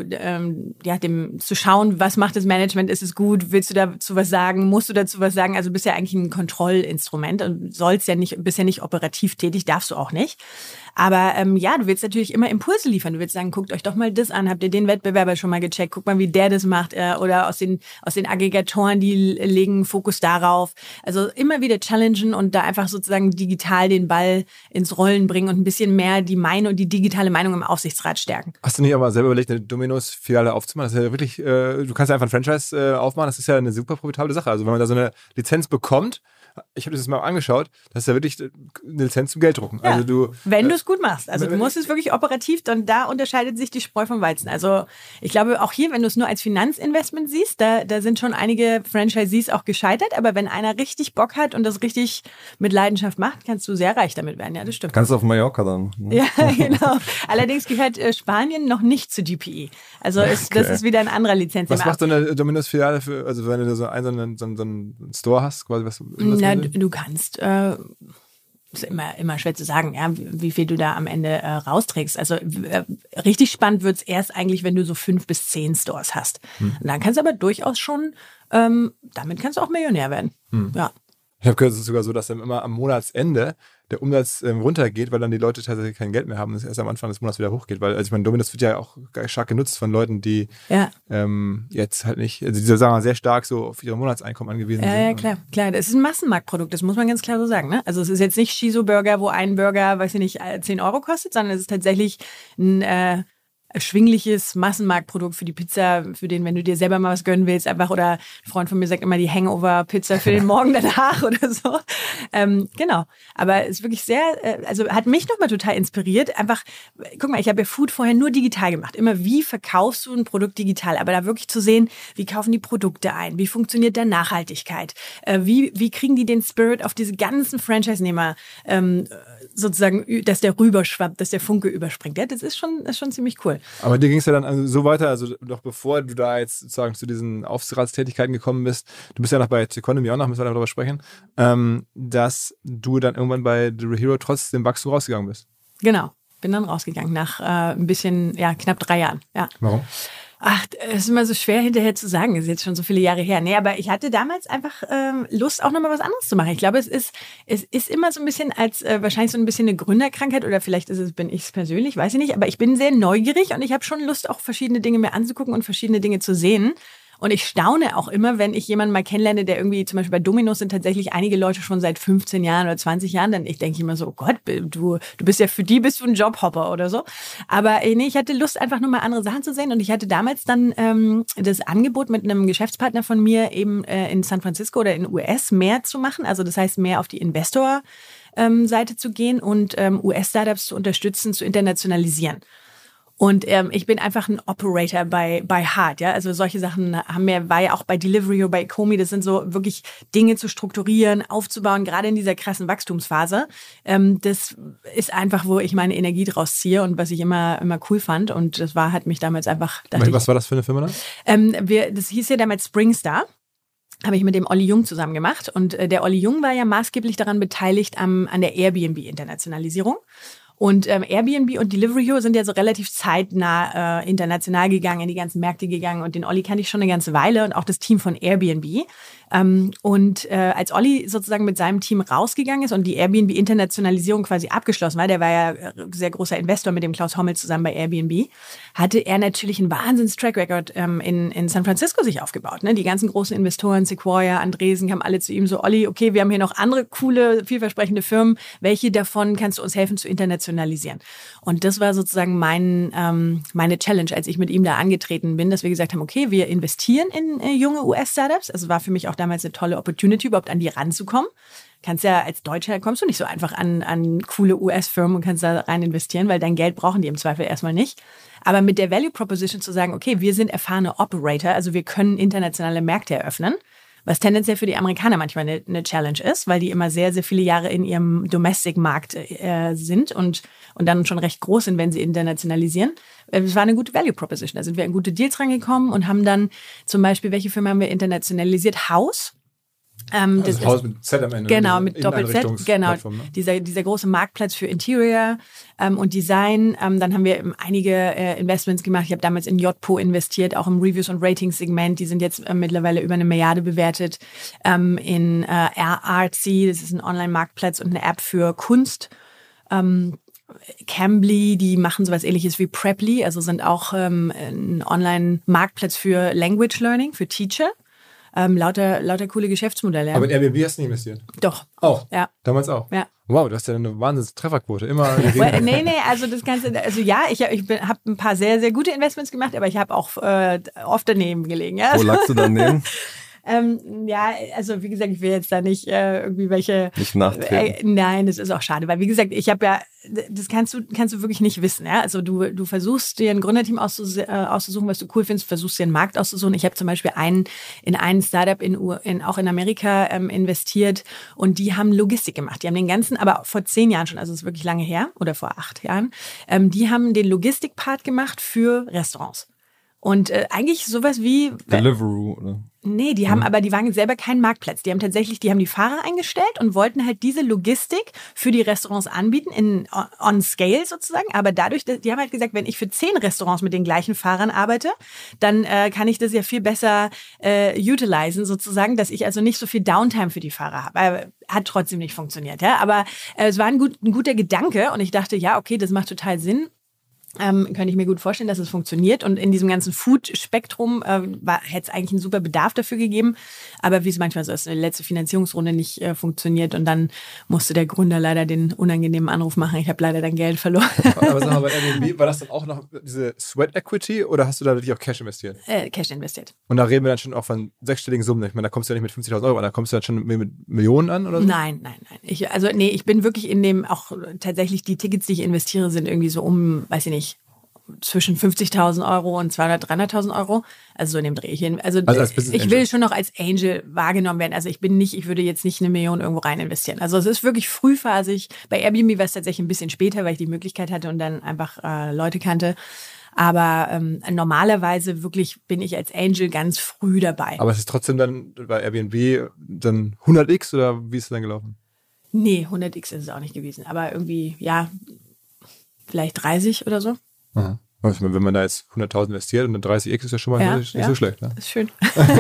schauen, was macht das Management, ist es gut, willst du dazu was sagen, musst du dazu was sagen, also bist ja eigentlich ein Kontrollinstrument und bist ja nicht operativ tätig, darfst du auch nicht. Aber du willst natürlich immer Impulse liefern. Du willst sagen, guckt euch doch mal das an, habt ihr den Wettbewerber schon mal gecheckt, guck mal, wie der das macht, oder aus den Aggregatoren, die legen Fokus darauf. Also immer wieder challengen und da einfach sozusagen digital den Ball ins Rollen bringen und ein bisschen mehr die digitale Meinung im Aufsichtsrat stärken. Hast du nicht aber selber überlegt, eine Domino's-Filiale aufzumachen? Das ist ja wirklich, du kannst ja einfach ein Franchise aufmachen, das ist ja eine super profitable Sache. Also wenn man da so eine Lizenz bekommt, ich habe das mal angeschaut, das ist ja wirklich eine Lizenz zum Gelddrucken. Ja, also wenn du es gut machst. Also du musst es wirklich operativ, dann da unterscheidet sich die Spreu vom Weizen. Also ich glaube auch hier, wenn du es nur als Finanzinvestment siehst, da sind schon einige Franchisees auch gescheitert, aber wenn einer richtig Bock hat und das richtig mit Leidenschaft macht, kannst du sehr reich damit werden. Ja, das stimmt. Kannst du auf Mallorca dann. Ne? Ja, genau. Allerdings gehört Spanien noch nicht zu GPE. Also das ist wieder ein anderer Lizenz. Was macht so eine Domino's-Filiale für, also wenn du so einen Store hast, quasi was du kannst, ist immer schwer zu sagen, ja, wie viel du da am Ende rausträgst. Also richtig spannend wird's erst eigentlich, wenn du so 5 bis 10 Stores hast. Und dann kannst du aber durchaus schon, damit kannst du auch Millionär werden. Ja. Ich habe gehört, es ist sogar so, dass dann immer am Monatsende der Umsatz runtergeht, weil dann die Leute tatsächlich kein Geld mehr haben und es erst am Anfang des Monats wieder hochgeht. Weil, also ich meine, Domino's wird ja auch stark genutzt von Leuten, die jetzt halt nicht, also die sagen wir sehr stark so auf ihre Monatseinkommen angewiesen sind. Ja, klar. Das ist ein Massenmarktprodukt, das muss man ganz klar so sagen. Ne? Also es ist jetzt nicht Shiso-Burger, wo ein Burger, 10 Euro kostet, sondern es ist tatsächlich ein erschwingliches Massenmarktprodukt für die Pizza, für den, wenn du dir selber mal was gönnen willst, einfach, oder ein Freund von mir sagt immer die Hangover-Pizza für den Morgen danach oder so. Genau. Aber es ist wirklich sehr, also hat mich nochmal total inspiriert. Einfach, guck mal, ich habe ja Food vorher nur digital gemacht. Immer, wie verkaufst du ein Produkt digital? Aber da wirklich zu sehen, wie kaufen die Produkte ein? Wie funktioniert da Nachhaltigkeit? Wie kriegen die den Spirit auf diese ganzen Franchise-Nehmer sozusagen, dass der rüberschwappt, dass der Funke überspringt? Ja, das ist schon ziemlich cool. Aber dir ging es ja dann so weiter, also noch bevor du da jetzt sozusagen zu diesen Aufsichtsratstätigkeiten gekommen bist, du bist ja noch bei Economy auch noch, müssen wir darüber sprechen, dass du dann irgendwann bei The Hero trotz dem Wachstum rausgegangen bist. Genau, bin dann rausgegangen nach ein bisschen, knapp 3 Jahren. Ja. Warum? Ach, es ist immer so schwer hinterher zu sagen, das ist jetzt schon so viele Jahre her. Nee, aber ich hatte damals einfach Lust, auch nochmal was anderes zu machen. Ich glaube, es ist immer so ein bisschen als wahrscheinlich so ein bisschen eine Gründerkrankheit, oder vielleicht bin ich es persönlich, weiß ich nicht, aber ich bin sehr neugierig und ich habe schon Lust, auch verschiedene Dinge mir anzugucken und verschiedene Dinge zu sehen. Und ich staune auch immer, wenn ich jemanden mal kennenlerne, der irgendwie, zum Beispiel bei Domino's sind tatsächlich einige Leute schon seit 15 Jahren oder 20 Jahren, dann denke ich immer so, oh Gott, du bist ja, für die bist du ein Jobhopper oder so. Aber nee, ich hatte Lust, einfach nur mal andere Sachen zu sehen, und ich hatte damals dann das Angebot mit einem Geschäftspartner von mir eben in San Francisco oder in US mehr zu machen, also das heißt mehr auf die Investor-Seite zu gehen und US-Startups zu unterstützen, zu internationalisieren. Und ich bin einfach ein Operator bei Heart, ja. Also solche Sachen war ja auch bei Delivery oder bei Ecomi, das sind so wirklich Dinge zu strukturieren, aufzubauen, gerade in dieser krassen Wachstumsphase. Das ist einfach, wo ich meine Energie draus ziehe und was ich immer cool fand. Und das hat mich damals einfach... Was war das für eine Firma dann? Das hieß ja damals Springstar. Habe ich mit dem Olli Jung zusammen gemacht. Und der Olli Jung war ja maßgeblich daran beteiligt an der Airbnb-Internationalisierung. Und Airbnb und Delivery Hero sind ja so relativ zeitnah international gegangen, in die ganzen Märkte gegangen. Und den Olli kannte ich schon eine ganze Weile und auch das Team von Airbnb. Und als Olli sozusagen mit seinem Team rausgegangen ist und die Airbnb-Internationalisierung quasi abgeschlossen war, der war ja sehr großer Investor mit dem Klaus Hommel zusammen bei Airbnb, hatte er natürlich einen Wahnsinns-Track-Record in San Francisco sich aufgebaut. Ne? Die ganzen großen Investoren, Sequoia, Andresen, kamen alle zu ihm so, Olli, okay, wir haben hier noch andere coole, vielversprechende Firmen. Welche davon kannst du uns helfen zu internationalisieren? Und das war sozusagen meine Challenge, als ich mit ihm da angetreten bin, dass wir gesagt haben, okay, wir investieren in junge US-Startups. Also war für mich auch damals eine tolle Opportunity, überhaupt an die ranzukommen. Kannst ja als Deutscher, kommst du nicht so einfach an coole US-Firmen und kannst da rein investieren, weil dein Geld brauchen die im Zweifel erstmal nicht. Aber mit der Value Proposition zu sagen, okay, wir sind erfahrene Operator, also wir können internationale Märkte eröffnen, was tendenziell für die Amerikaner manchmal eine Challenge ist, weil die immer sehr, sehr viele Jahre in ihrem Domestic-Markt sind und dann schon recht groß sind, wenn sie internationalisieren. Es war eine gute Value Proposition. Da sind wir an gute Deals rangekommen und haben dann zum Beispiel, welche Firma haben wir internationalisiert? House. Das Haus mit Z am Ende. Genau, mit Doppel-Z. Genau, Ne? dieser große Marktplatz für Interior und Design. Dann haben wir einige Investments gemacht. Ich habe damals in Yotpo investiert, auch im Reviews- und Ratings-Segment. Die sind jetzt mittlerweile über 1 Milliarde bewertet. In Artsy, das ist ein Online-Marktplatz und eine App für Kunst. Cambly, die machen sowas Ähnliches wie Preply, also sind auch ein Online-Marktplatz für Language Learning, für Teacher. Lauter coole Geschäftsmodelle. Ja. Aber in Airbnb hast du nicht investiert? Doch. Auch? Ja. Damals auch? Ja. Wow, du hast ja eine wahnsinnige Trefferquote. Immer. Nee, also das Ganze, also ja, ich habe ein paar sehr, sehr gute Investments gemacht, aber ich habe auch oft daneben gelegen. Ja. Wo lagst du daneben? Ja, also wie gesagt, ich will jetzt da nicht irgendwie welche... Nicht nachtreten. Nein, das ist auch schade, weil wie gesagt, ich habe ja, das kannst du wirklich nicht wissen. Ja? Also du versuchst dir ein Gründerteam auszusuchen, was du cool findest, versuchst dir einen Markt auszusuchen. Ich habe zum Beispiel in ein Startup auch in Amerika investiert und die haben Logistik gemacht. Die haben den ganzen, aber vor 10 Jahren schon, also das ist wirklich lange her, oder vor 8 Jahren, die haben den Logistikpart gemacht für Restaurants. Und eigentlich sowas wie... Deliveroo, oder? Nee, die waren selber kein Marktplatz. Die haben die Fahrer eingestellt und wollten halt diese Logistik für die Restaurants anbieten, on scale sozusagen. Aber dadurch, die haben halt gesagt, wenn ich für 10 Restaurants mit den gleichen Fahrern arbeite, dann kann ich das ja viel besser utilisen sozusagen, dass ich also nicht so viel Downtime für die Fahrer habe. Hat trotzdem nicht funktioniert, ja. Aber es war ein guter Gedanke und ich dachte, ja, okay, das macht total Sinn. Könnte ich mir gut vorstellen, dass es funktioniert. Und in diesem ganzen Food-Spektrum hätte es eigentlich einen super Bedarf dafür gegeben. Aber wie es manchmal so ist, die letzte Finanzierungsrunde nicht funktioniert. Und dann musste der Gründer leider den unangenehmen Anruf machen. Ich habe leider dein Geld verloren. Aber sag mal, bei Airbnb, war das dann auch noch diese Sweat Equity oder hast du da wirklich auch Cash investiert? Cash investiert. Und da reden wir dann schon auch von 6-stelligen Summen. Ich meine, da kommst du ja nicht mit 50.000 Euro an, da kommst du dann schon mit Millionen an oder so? Nein. Ich bin wirklich in dem, auch tatsächlich die Tickets, die ich investiere, sind irgendwie so weiß ich nicht, zwischen 50.000 Euro und 200.000, 300.000 Euro. Also so in dem Dreh. Ich will schon noch als Angel wahrgenommen werden. Also ich würde jetzt nicht 1 Million irgendwo rein investieren. Also es ist wirklich frühphasig. Bei Airbnb war es tatsächlich ein bisschen später, weil ich die Möglichkeit hatte und dann einfach Leute kannte. Aber normalerweise wirklich bin ich als Angel ganz früh dabei. Aber es ist trotzdem dann bei Airbnb dann 100x oder wie ist es dann gelaufen? Nee, 100x ist es auch nicht gewesen. Aber irgendwie, ja, vielleicht 30 oder so. Aha. Also wenn man da jetzt 100.000 investiert und dann 30x ist ja schon mal nicht so schlecht. Ne? Ist schön.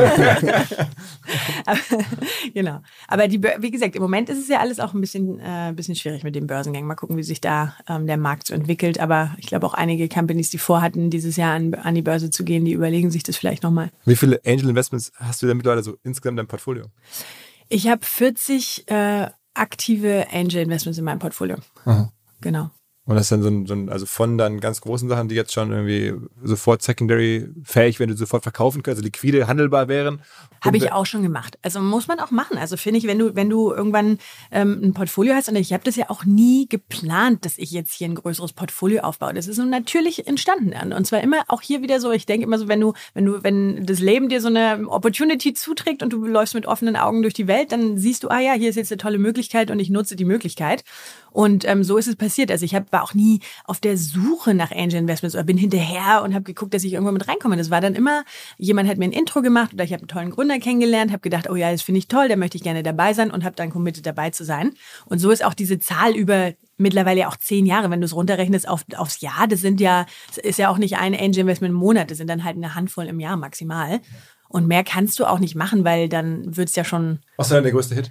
Genau. Aber wie gesagt, im Moment ist es ja alles auch ein bisschen schwierig mit dem Börsengang. Mal gucken, wie sich da der Markt so entwickelt. Aber ich glaube auch einige Companies, die vorhatten, dieses Jahr an die Börse zu gehen, die überlegen sich das vielleicht nochmal. Wie viele Angel Investments hast du denn mittlerweile so insgesamt in deinem Portfolio? Ich habe 40 aktive Angel Investments in meinem Portfolio. Aha. Genau. Und das ist dann also von dann ganz großen Sachen, die jetzt schon irgendwie sofort secondary fähig, wenn du sofort verkaufen kannst, also liquide, handelbar wären. Habe ich auch schon gemacht. Also muss man auch machen. Also finde ich, wenn du irgendwann ein Portfolio hast, und ich habe das ja auch nie geplant, dass ich jetzt hier ein größeres Portfolio aufbaue. Das ist so natürlich entstanden. Und zwar immer auch hier wieder so, ich denke immer so, wenn das Leben dir so eine Opportunity zuträgt und du läufst mit offenen Augen durch die Welt, dann siehst du, hier ist jetzt eine tolle Möglichkeit und ich nutze die Möglichkeit. Und so ist es passiert. Also ich war auch nie auf der Suche nach Angel Investments oder bin hinterher und habe geguckt, dass ich irgendwo mit reinkomme. Das war dann immer, jemand hat mir ein Intro gemacht oder ich habe einen tollen Gründer kennengelernt, habe gedacht, oh ja, das finde ich toll, da möchte ich gerne dabei sein und habe dann committed dabei zu sein. Und so ist auch diese Zahl über mittlerweile ja auch 10 Jahre, wenn du es runterrechnest aufs Jahr, das ist ja auch nicht ein Angel Investment im Monat, das sind dann halt eine Handvoll im Jahr maximal. Und mehr kannst du auch nicht machen, weil dann wird es ja schon... Was war denn der größte Hit?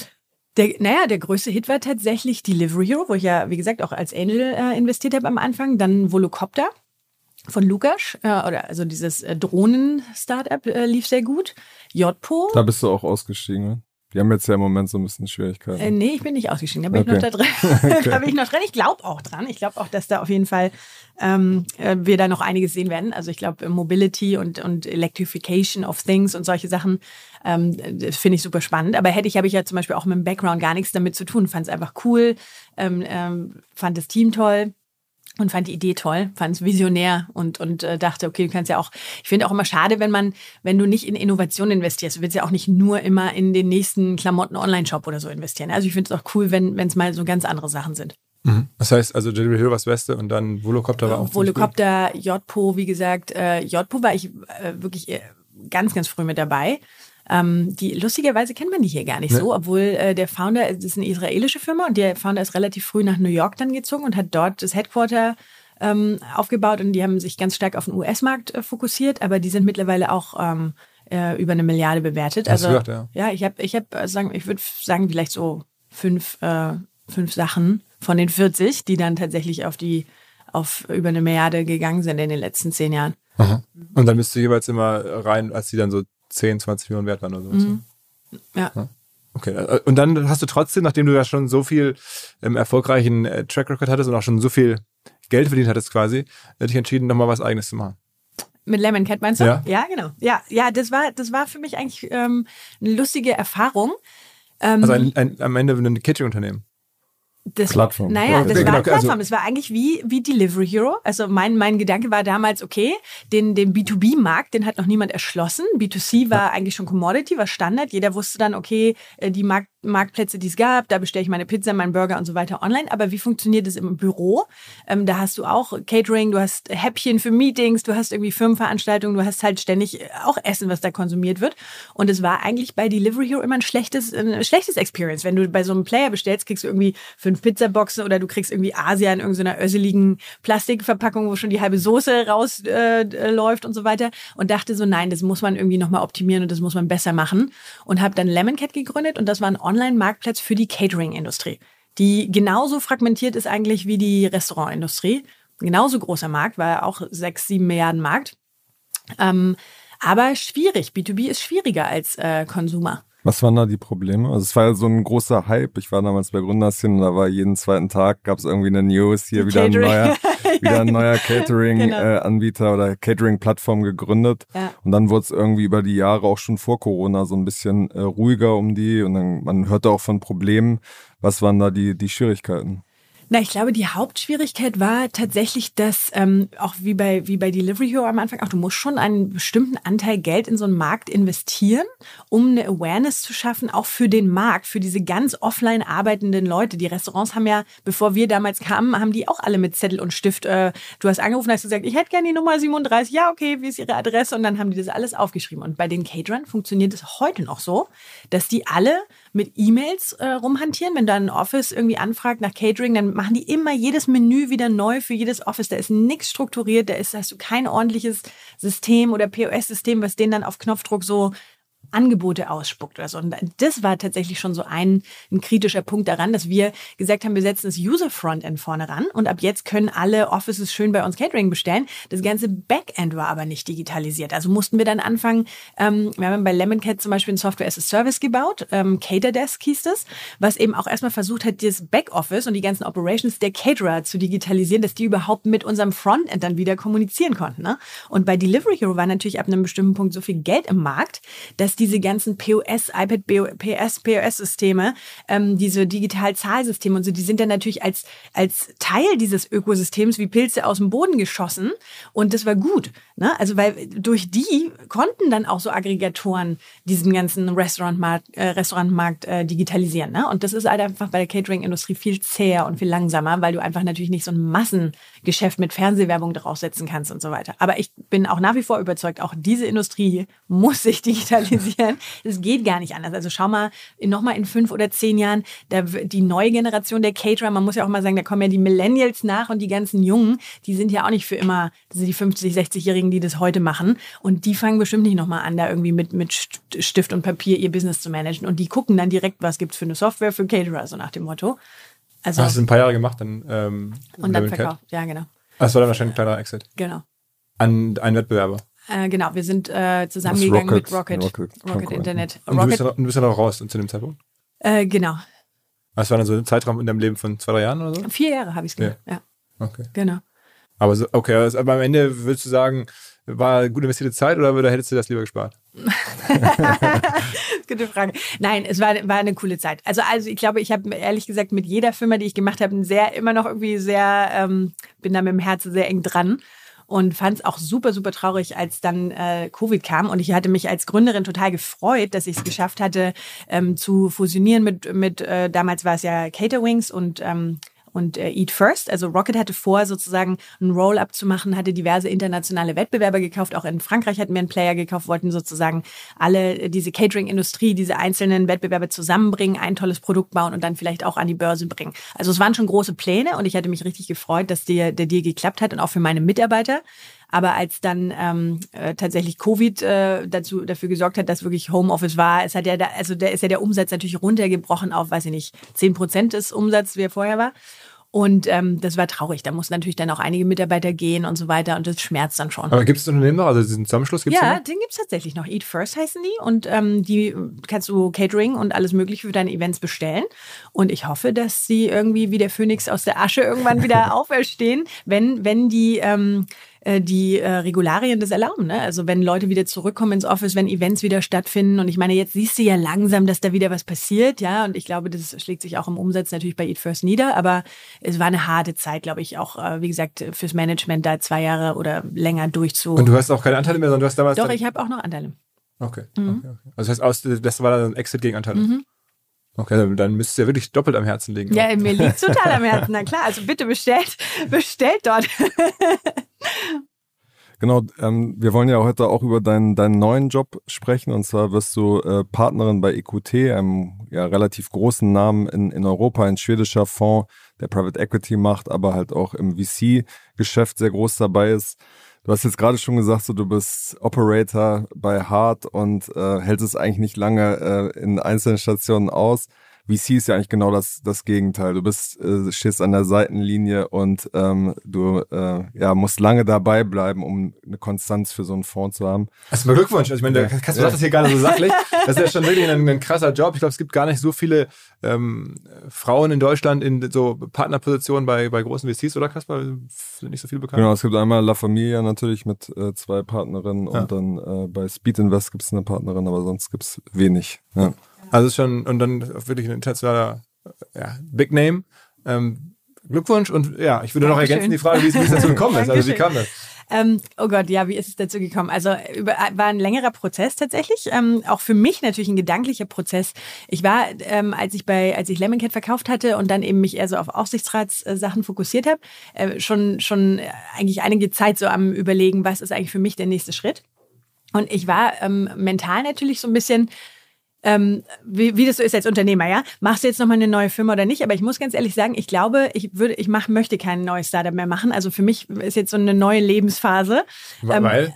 Der größte Hit war tatsächlich Delivery Hero, wo ich ja, wie gesagt, auch als Angel investiert habe am Anfang. Dann Volocopter von Lukas, also dieses Drohnen-Startup lief sehr gut. Jodpo. Da bist du auch ausgestiegen, ne? Die haben jetzt ja im Moment so ein bisschen Schwierigkeiten. Nee, ich bin nicht ausgestiegen. Da bin ich noch da drin. Da bin ich noch drin. Ich glaube auch dran. Ich glaube auch, dass da auf jeden Fall wir da noch einiges sehen werden. Also ich glaube, Mobility und Electrification of Things und solche Sachen finde ich super spannend. Aber habe ich ja zum Beispiel auch mit dem Background gar nichts damit zu tun. Fand es einfach cool, fand das Team toll. Und fand die Idee toll, fand es visionär und dachte, okay, du kannst ja auch, ich finde auch immer schade, wenn du nicht in Innovation investierst. Du willst ja auch nicht nur immer in den nächsten Klamotten-Online-Shop oder so investieren. Also ich finde es auch cool, wenn es mal so ganz andere Sachen sind. Das heißt, also Delivery Hero war das Beste und dann Volocopter war auch Volocopter, Jodpo, wie gesagt, Jodpo war ich wirklich ganz, ganz früh mit dabei. Lustigerweise kennt man die hier gar nicht so, obwohl der Founder, das ist eine israelische Firma und der Founder ist relativ früh nach New York dann gezogen und hat dort das Headquarter aufgebaut und die haben sich ganz stark auf den US-Markt fokussiert, aber die sind mittlerweile auch über 1 Milliarde bewertet. Hast du gedacht, ja, ich würde sagen, vielleicht so 5 Sachen von den 40, die dann tatsächlich auf über 1 Milliarde gegangen sind in den letzten 10 Jahren. Aha. Und dann bist du jeweils immer rein, als die dann so 10, 20 Millionen wert waren oder sowas. Ja. Okay. Und dann hast du trotzdem, nachdem du ja schon so viel erfolgreichen Track Record hattest und auch schon so viel Geld verdient hattest quasi, dich entschieden, nochmal was Eigenes zu machen. Mit Lemon Cat meinst du? Ja. Ja, genau. Ja, das war für mich eigentlich eine lustige Erfahrung. Also am Ende ein Catering-Unternehmen. Plattform. Naja, das war eine Plattform. Also, das war eigentlich wie Delivery Hero. Also mein Gedanke war damals, okay, den B2B-Markt, den hat noch niemand erschlossen. B2C war eigentlich schon Commodity, war Standard. Jeder wusste dann, okay, die Marktplätze, die es gab, da bestelle ich meine Pizza, meinen Burger und so weiter online. Aber wie funktioniert das im Büro? Da hast du auch Catering, du hast Häppchen für Meetings, du hast irgendwie Firmenveranstaltungen, du hast halt ständig auch Essen, was da konsumiert wird. Und es war eigentlich bei Delivery Hero immer ein schlechtes Experience. Wenn du bei so einem Player bestellst, kriegst du irgendwie 5 Pizzaboxen oder du kriegst irgendwie Asia in irgendeiner össeligen Plastikverpackung, wo schon die halbe Soße rausläuft und so weiter. Und dachte so, nein, das muss man irgendwie nochmal optimieren und das muss man besser machen. Und habe dann Lemon Cat gegründet und das war ein Online-Marktplatz für die Catering-Industrie, die genauso fragmentiert ist eigentlich wie die Restaurantindustrie. Genauso großer Markt, war auch 6-7 Milliarden Markt. Aber schwierig. B2B ist schwieriger als Consumer. Was waren da die Probleme? Also es war ja so ein großer Hype. Ich war damals bei Gründerszene und da war jeden zweiten Tag, gab es irgendwie eine News, hier wieder ein neuer Catering-Anbieter oder Catering-Plattform gegründet. Ja. Und dann wurde es irgendwie über die Jahre auch schon vor Corona so ein bisschen ruhiger um die und dann man hörte auch von Problemen. Was waren da die Schwierigkeiten? Na, ich glaube, die Hauptschwierigkeit war tatsächlich, dass auch wie bei Delivery Hero am Anfang, auch du musst schon einen bestimmten Anteil Geld in so einen Markt investieren, um eine Awareness zu schaffen, auch für den Markt, für diese ganz offline arbeitenden Leute. Die Restaurants haben ja, bevor wir damals kamen, haben die auch alle mit Zettel und Stift. Du hast angerufen, hast gesagt, ich hätte gerne die Nummer 37. Ja, okay, wie ist Ihre Adresse? Und dann haben die das alles aufgeschrieben. Und bei den Caterern funktioniert es heute noch so, dass die alle mit E-Mails rumhantieren. Wenn da ein Office irgendwie anfragt nach Catering, dann machen die immer jedes Menü wieder neu für jedes Office. Da ist nichts strukturiert, hast du kein ordentliches System oder POS-System, was denen dann auf Knopfdruck so Angebote ausspuckt oder so. Und das war tatsächlich schon so ein kritischer Punkt daran, dass wir gesagt haben, wir setzen das User-Frontend vorne ran und ab jetzt können alle Offices schön bei uns Catering bestellen. Das ganze Backend war aber nicht digitalisiert. Also mussten wir dann anfangen, wir haben bei Lemon Cat zum Beispiel ein Software as a Service gebaut, Caterdesk hieß das, was eben auch erstmal versucht hat, das Backoffice und die ganzen Operations der Caterer zu digitalisieren, dass die überhaupt mit unserem Frontend dann wieder kommunizieren konnten. Ne? Und bei Delivery Hero war natürlich ab einem bestimmten Punkt so viel Geld im Markt, dass diese ganzen POS, POS-Systeme, diese Digital-Zahlsysteme und so, die sind dann natürlich als Teil dieses Ökosystems wie Pilze aus dem Boden geschossen und das war gut. Ne? Also weil durch die konnten dann auch so Aggregatoren diesen ganzen Restaurantmarkt digitalisieren. Ne? Und das ist halt einfach bei der Catering-Industrie viel zäher und viel langsamer, weil du einfach natürlich nicht so ein Massengeschäft mit Fernsehwerbung draufsetzen kannst und so weiter. Aber ich bin auch nach wie vor überzeugt, auch diese Industrie muss sich digitalisieren. passieren. Es geht gar nicht anders. Also schau mal, nochmal in 5 oder 10 Jahren, die neue Generation der Caterer, man muss ja auch mal sagen, da kommen ja die Millennials nach und die ganzen Jungen, die sind ja auch nicht für immer, das sind die 50-, 60-Jährigen, die das heute machen. Und die fangen bestimmt nicht nochmal an, da irgendwie mit Stift und Papier ihr Business zu managen. Und die gucken dann direkt, was gibt's für eine Software für Caterer, so nach dem Motto. Also, hast du ein paar Jahre gemacht, dann und dann verkauft, ja genau. Das war dann wahrscheinlich ein kleiner Exit. Genau. An einen Wettbewerber. Genau, wir sind zusammengegangen mit Rocket Internet. Und du bist ja noch raus zu dem Zeitpunkt? Genau. Was war dann so ein Zeitraum in deinem Leben von 2-3 Jahren oder so? 4 Jahre habe ich es gemacht, ja. Okay. Genau. Aber aber am Ende würdest du sagen, war eine gut investierte Zeit oder hättest du das lieber gespart? Gute Frage. Nein, es war eine coole Zeit. Also ich glaube, ich habe ehrlich gesagt mit jeder Firma, die ich gemacht habe, immer noch irgendwie sehr, bin da mit dem Herzen sehr eng dran. Und fand es auch super, super traurig, als dann Covid kam. Und ich hatte mich als Gründerin total gefreut, dass ich es geschafft hatte, zu fusionieren mit damals war es ja Caterwings und Eat First. Also Rocket hatte vor, sozusagen ein Roll-up zu machen, hatte diverse internationale Wettbewerber gekauft. Auch in Frankreich hatten wir einen Player gekauft, wollten sozusagen alle diese Catering-Industrie, diese einzelnen Wettbewerbe zusammenbringen, ein tolles Produkt bauen und dann vielleicht auch an die Börse bringen. Also es waren schon große Pläne und ich hatte mich richtig gefreut, dass der Deal geklappt hat und auch für meine Mitarbeiter. Aber als dann tatsächlich Covid dafür gesorgt hat, dass wirklich Homeoffice war, ist ja der Umsatz natürlich runtergebrochen auf, 10% des Umsatzes, wie er vorher war. Und das war traurig. Da mussten natürlich dann auch einige Mitarbeiter gehen und so weiter und das schmerzt dann schon. Aber gibt es das Unternehmen noch? Also diesen Zusammenschluss gibt es noch? Ja, den gibt es tatsächlich noch. Eat First heißen die und die kannst du Catering und alles Mögliche für deine Events bestellen. Und ich hoffe, dass sie irgendwie wie der Phönix aus der Asche irgendwann wieder auferstehen, wenn die Regularien das erlauben, ne? Also wenn Leute wieder zurückkommen ins Office, wenn Events wieder stattfinden. Und ich meine, jetzt siehst du ja langsam, dass da wieder was passiert, ja. Und ich glaube, das schlägt sich auch im Umsatz natürlich bei Eat First nieder. Aber es war eine harte Zeit, glaube ich, auch, wie gesagt, fürs Management da 2 Jahre oder länger Und du hast auch keine Anteile mehr, sondern du hast damals... Doch, ich habe auch noch Anteile. Okay. Also das heißt, das war dann ein Exit gegen Anteile? Mhm. Okay, dann müsstest du ja wirklich doppelt am Herzen liegen. Ja, mir liegt total am Herzen, na klar. Also bitte bestellt dort. Genau, wir wollen ja heute auch über deinen neuen Job sprechen. Und zwar wirst du Partnerin bei EQT, einem relativ großen Namen in Europa, ein schwedischer Fonds, der Private Equity macht, aber halt auch im VC-Geschäft sehr groß dabei ist. Du hast jetzt gerade schon gesagt, so, du bist Operator bei Hart und hältst es eigentlich nicht lange in einzelnen Stationen aus. VC ist ja eigentlich genau das Gegenteil. Du stehst an der Seitenlinie und du musst lange dabei bleiben, um eine Konstanz für so einen Fonds zu haben. Erstmal Glückwunsch. Also ich meine, Kasper sagt das hier gerade so sachlich. Das ist ja schon wirklich ein krasser Job. Ich glaube, es gibt gar nicht so viele Frauen in Deutschland in so Partnerpositionen bei großen VCs, oder Kasper? Sind nicht so viele bekannt. Genau, es gibt einmal La Familia natürlich mit 2 Partnerinnen und dann bei Speed Invest gibt es eine Partnerin, aber sonst gibt es wenig. Ja. Also ist schon, und dann wirklich ein internationaler Big Name. Glückwunsch und ja, ich würde noch ergänzen die Frage, wie es dazu gekommen ist. Also wie kam das? Oh Gott, ja, wie ist es dazu gekommen? Also war ein längerer Prozess tatsächlich, auch für mich natürlich ein gedanklicher Prozess. Ich war, als ich Lemon Cat verkauft hatte und dann eben mich eher so auf Aufsichtsratssachen fokussiert habe, schon eigentlich einige Zeit so am Überlegen, was ist eigentlich für mich der nächste Schritt. Und ich war mental natürlich so ein bisschen wie das so ist als Unternehmer, ja? Machst du jetzt nochmal eine neue Firma oder nicht? Aber ich muss ganz ehrlich sagen, ich glaube, möchte kein neues Startup mehr machen. Also für mich ist jetzt so eine neue Lebensphase. Weil?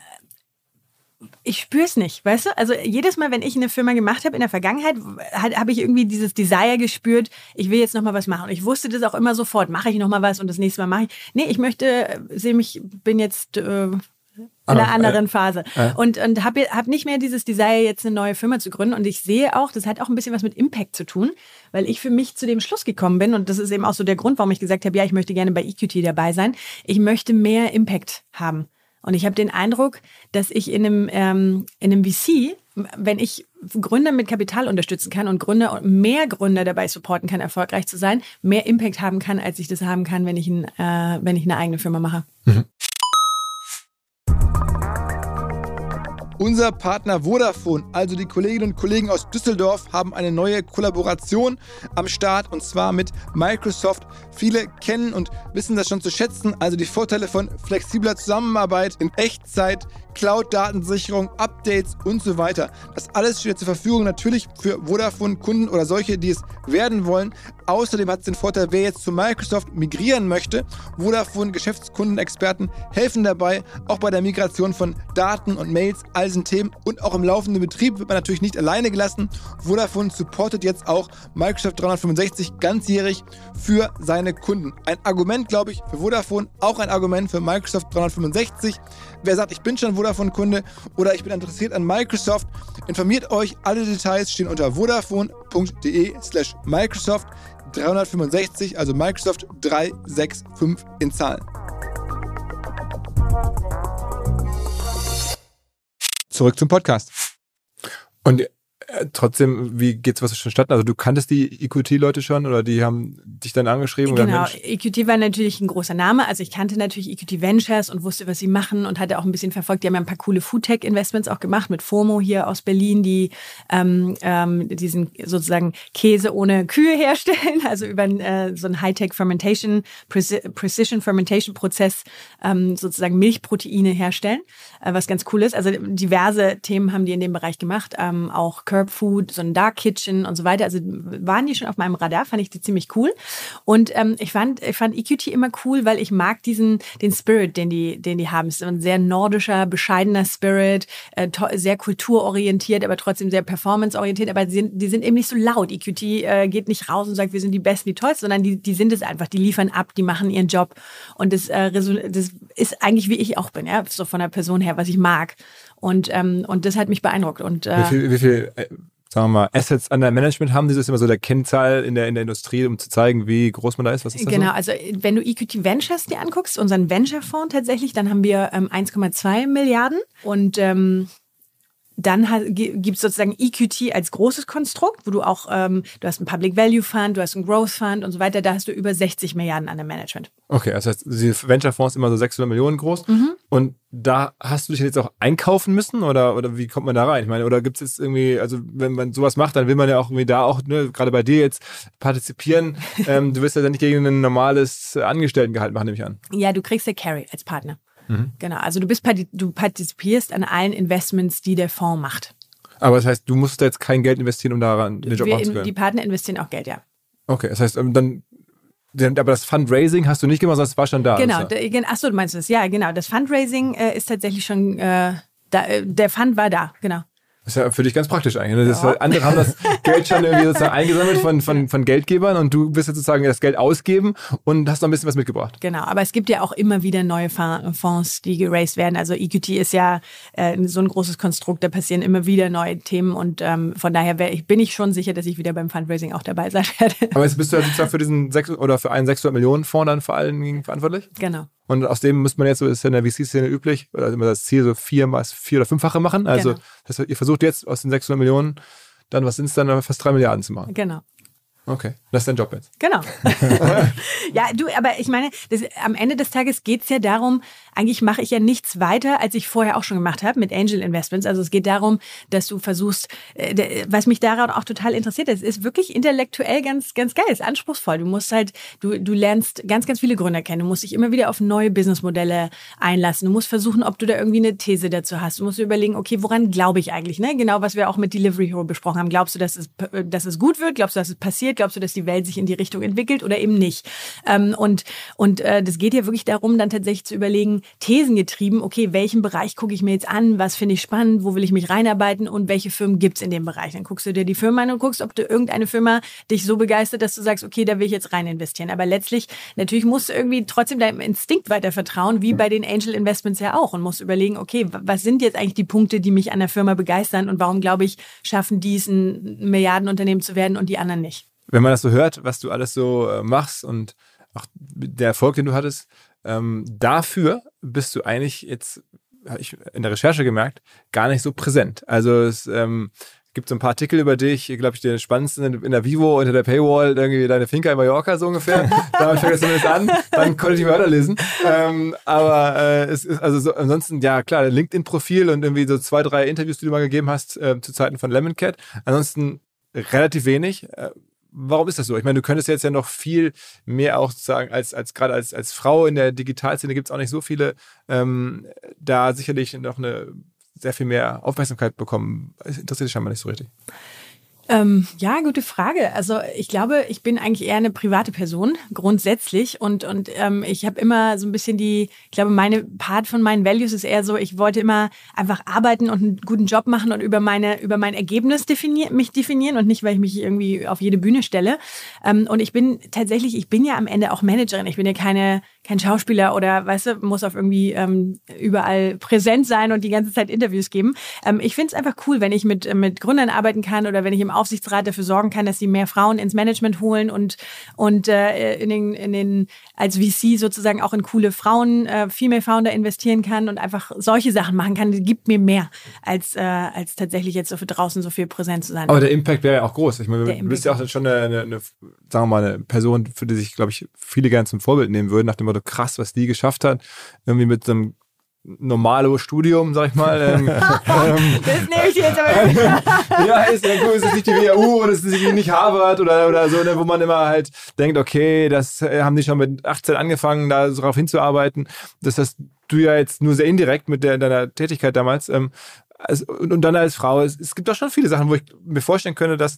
Ich spüre es nicht, weißt du? Also jedes Mal, wenn ich eine Firma gemacht habe in der Vergangenheit, habe ich irgendwie dieses Desire gespürt, ich will jetzt nochmal was machen. Und ich wusste das auch immer sofort, mache ich nochmal was und das nächste Mal mache ich. Nee, ich bin jetzt... in einer anderen Phase. Und hab nicht mehr dieses Desire, jetzt eine neue Firma zu gründen. Und ich sehe auch, das hat auch ein bisschen was mit Impact zu tun, weil ich für mich zu dem Schluss gekommen bin. Und das ist eben auch so der Grund, warum ich gesagt habe, ja, ich möchte gerne bei EQT dabei sein. Ich möchte mehr Impact haben. Und ich habe den Eindruck, dass ich in einem VC, wenn ich Gründer mit Kapital unterstützen kann und mehr Gründer dabei supporten kann, erfolgreich zu sein, mehr Impact haben kann, als ich das haben kann, wenn ich eine eigene Firma mache. Mhm. Unser Partner Vodafone, also die Kolleginnen und Kollegen aus Düsseldorf, haben eine neue Kollaboration am Start und zwar mit Microsoft. Viele kennen und wissen das schon zu schätzen, also die Vorteile von flexibler Zusammenarbeit in Echtzeit, Cloud-Datensicherung, Updates und so weiter. Das alles steht zur Verfügung, natürlich für Vodafone-Kunden oder solche, die es werden wollen. Außerdem hat es den Vorteil, wer jetzt zu Microsoft migrieren möchte, Vodafone-Geschäftskundenexperten helfen dabei, auch bei der Migration von Daten und Mails, all diesen Themen, und auch im laufenden Betrieb wird man natürlich nicht alleine gelassen. Vodafone supportet jetzt auch Microsoft 365 ganzjährig für seine Kunden. Ein Argument, glaube ich, für Vodafone, auch ein Argument für Microsoft 365. Wer sagt, ich bin schon Vodafone-Kunde oder ich bin interessiert an Microsoft, informiert euch. Alle Details stehen unter vodafone.de/Microsoft 365, also Microsoft 365 in Zahlen. Zurück zum Podcast. Und trotzdem, wie geht's was vonstatten? Also du kanntest die EQT-Leute schon oder die haben dich dann angeschrieben? Genau, EQT war natürlich ein großer Name. Also ich kannte natürlich EQT Ventures und wusste, was sie machen und hatte auch ein bisschen verfolgt. Die haben ja ein paar coole Foodtech-Investments auch gemacht mit FOMO hier aus Berlin, die diesen sozusagen Käse ohne Kühe herstellen, also über so einen Hightech-Fermentation, Precision-Fermentation-Prozess sozusagen Milchproteine herstellen, was ganz cool ist. Also diverse Themen haben die in dem Bereich gemacht, auch Curb Food, so ein Dark Kitchen und so weiter. Also waren die schon auf meinem Radar, fand ich die ziemlich cool. Und ich fand EQT immer cool, weil ich mag den Spirit, den die haben. Es ist ein sehr nordischer, bescheidener Spirit, sehr kulturorientiert, aber trotzdem sehr performanceorientiert. Aber die sind eben nicht so laut. EQT geht nicht raus und sagt, wir sind die Besten, die Tollsten, sondern die sind es einfach. Die liefern ab, die machen ihren Job. Und das ist eigentlich, wie ich auch bin, ja, so von der Person her, was ich mag. Und das hat mich beeindruckt. Und wie viel sagen wir mal, Assets under Management haben? Das ist immer so der Kennzahl in der Industrie, um zu zeigen, wie groß man da ist. Was ist das? Genau, so? also wenn du EQT Ventures dir anguckst, unseren Venture-Fonds tatsächlich, dann haben wir 1,2 Milliarden und dann gibt es sozusagen EQT als großes Konstrukt, wo du auch, du hast einen Public Value Fund, du hast einen Growth Fund und so weiter, da hast du über 60 Milliarden an der Management. Okay, das heißt, diese Venture-Fonds sind immer so 600 Millionen groß. Und da hast du dich jetzt auch einkaufen müssen oder wie kommt man da rein? Ich meine, oder gibt es jetzt irgendwie, also wenn man sowas macht, dann will man ja auch irgendwie da auch, ne, gerade bei dir jetzt partizipieren. Du wirst ja dann nicht gegen ein normales Angestelltengehalt machen, nehme ich an. Ja, du kriegst ja Carry als Partner. Genau, also du partizipierst an allen Investments, die der Fonds macht. Aber das heißt, du musst da jetzt kein Geld investieren, um daran den Job machen zu können? Die Partner investieren auch Geld, ja. Okay, das heißt, aber das Fundraising hast du nicht gemacht, sondern es war schon da. Genau, achso, du meinst das? Ja, genau. Das Fundraising ist tatsächlich schon, der Fund war da, genau. Das ist ja für dich ganz praktisch eigentlich. Ja. Andere haben das Geld schon irgendwie sozusagen eingesammelt von Geldgebern und du bist jetzt sozusagen das Geld ausgeben und hast noch ein bisschen was mitgebracht. Genau, aber es gibt ja auch immer wieder neue Fonds, die geraced werden. Also EQT ist ja so ein großes Konstrukt, da passieren immer wieder neue Themen und von daher bin ich schon sicher, dass ich wieder beim Fundraising auch dabei sein werde. Aber jetzt bist du ja sozusagen für diesen für einen 600 Millionen Fonds dann vor allen Dingen verantwortlich? Genau. Und aus dem müsste man jetzt, so ist ja in der VC-Szene üblich, oder immer das Ziel so 4 oder 5-fache machen. Also genau. Das heißt, ihr versucht jetzt aus den 600 Millionen dann, was sind es dann, fast 3 Milliarden zu machen. Genau. Okay, das ist dein Job jetzt. Genau. Ja, aber ich meine, am Ende des Tages geht es ja darum, eigentlich mache ich ja nichts weiter, als ich vorher auch schon gemacht habe mit Angel Investments. Also es geht darum, dass du versuchst, was mich daran auch total interessiert, es ist wirklich intellektuell ganz, ganz geil, es ist anspruchsvoll. Du musst halt, du lernst ganz, ganz viele Gründer kennen. Du musst dich immer wieder auf neue Businessmodelle einlassen. Du musst versuchen, ob du da irgendwie eine These dazu hast. Du musst dir überlegen, okay, woran glaube ich eigentlich? Ne? Genau, was wir auch mit Delivery Hero besprochen haben. Glaubst du, dass es gut wird? Glaubst du, dass es passiert? Glaubst du, dass die Welt sich in die Richtung entwickelt oder eben nicht? Und das geht ja wirklich darum, dann tatsächlich zu überlegen, thesengetrieben, okay, welchen Bereich gucke ich mir jetzt an? Was finde ich spannend? Wo will ich mich reinarbeiten? Und welche Firmen gibt's in dem Bereich? Dann guckst du dir die Firma an und guckst, ob du irgendeine Firma dich so begeistert, dass du sagst, okay, da will ich jetzt rein investieren. Aber letztlich, natürlich musst du irgendwie trotzdem deinem Instinkt weiter vertrauen, wie bei den Angel Investments ja auch, und musst überlegen, okay, was sind jetzt eigentlich die Punkte, die mich an der Firma begeistern und warum, glaube ich, schaffen die es, ein Milliardenunternehmen zu werden und die anderen nicht? Wenn man das so hört, was du alles so machst und auch der Erfolg, den du hattest, dafür bist du eigentlich jetzt, habe ich in der Recherche gemerkt, gar nicht so präsent. Also es gibt so ein paar Artikel über dich, glaube ich, den spannendsten in der Vivo unter der Paywall, irgendwie deine Finca in Mallorca so ungefähr. Damit fängt das zumindest an, dann konnte ich die weiterlesen. Aber es ist also so, ansonsten, ja klar, LinkedIn-Profil und irgendwie so 2, 3 Interviews, die du mal gegeben hast, zu Zeiten von Lemoncat. Ansonsten relativ wenig. warum ist das so? Ich meine, du könntest jetzt ja noch viel mehr auch sagen, gerade als Frau in der Digitalszene gibt es auch nicht so viele, da sicherlich noch eine sehr viel mehr Aufmerksamkeit bekommen. Das interessiert dich scheinbar nicht so richtig. Ja, gute Frage. Also ich glaube, ich bin eigentlich eher eine private Person, grundsätzlich. Und ich habe immer so ein bisschen ich glaube, Part von meinen Values ist eher so, ich wollte immer einfach arbeiten und einen guten Job machen und über mein Ergebnis mich definieren und nicht, weil ich mich irgendwie auf jede Bühne stelle. Und ich bin ja am Ende auch Managerin. Ich bin ja kein Schauspieler oder, weißt du, muss auf irgendwie überall präsent sein und die ganze Zeit Interviews geben. Ich finde es einfach cool, wenn ich mit Gründern arbeiten kann oder wenn ich im Aufsichtsrat dafür sorgen kann, dass sie mehr Frauen ins Management holen und als VC sozusagen auch in coole Frauen, Female Founder investieren kann und einfach solche Sachen machen kann. Die gibt mir mehr, als tatsächlich jetzt so für draußen so viel präsent zu sein. Aber der Impact wäre ja auch groß. Ich meine, du bist ja auch schon eine, sagen wir mal, eine Person, für die sich, glaube ich, viele gerne zum Vorbild nehmen würden, nach dem Motto, krass, was die geschafft hat, irgendwie mit so einem normalo Studium, sag ich mal. Das nehme ich dir jetzt aber. Ja, ist ja cool, es ist nicht die WHU und es ist nicht Harvard oder so, ne, wo man immer halt denkt, okay, das haben die schon mit 18 angefangen, da so darauf hinzuarbeiten. Das hast du ja jetzt nur sehr indirekt mit deiner Tätigkeit damals. Und dann als Frau, es gibt auch schon viele Sachen, wo ich mir vorstellen könnte, dass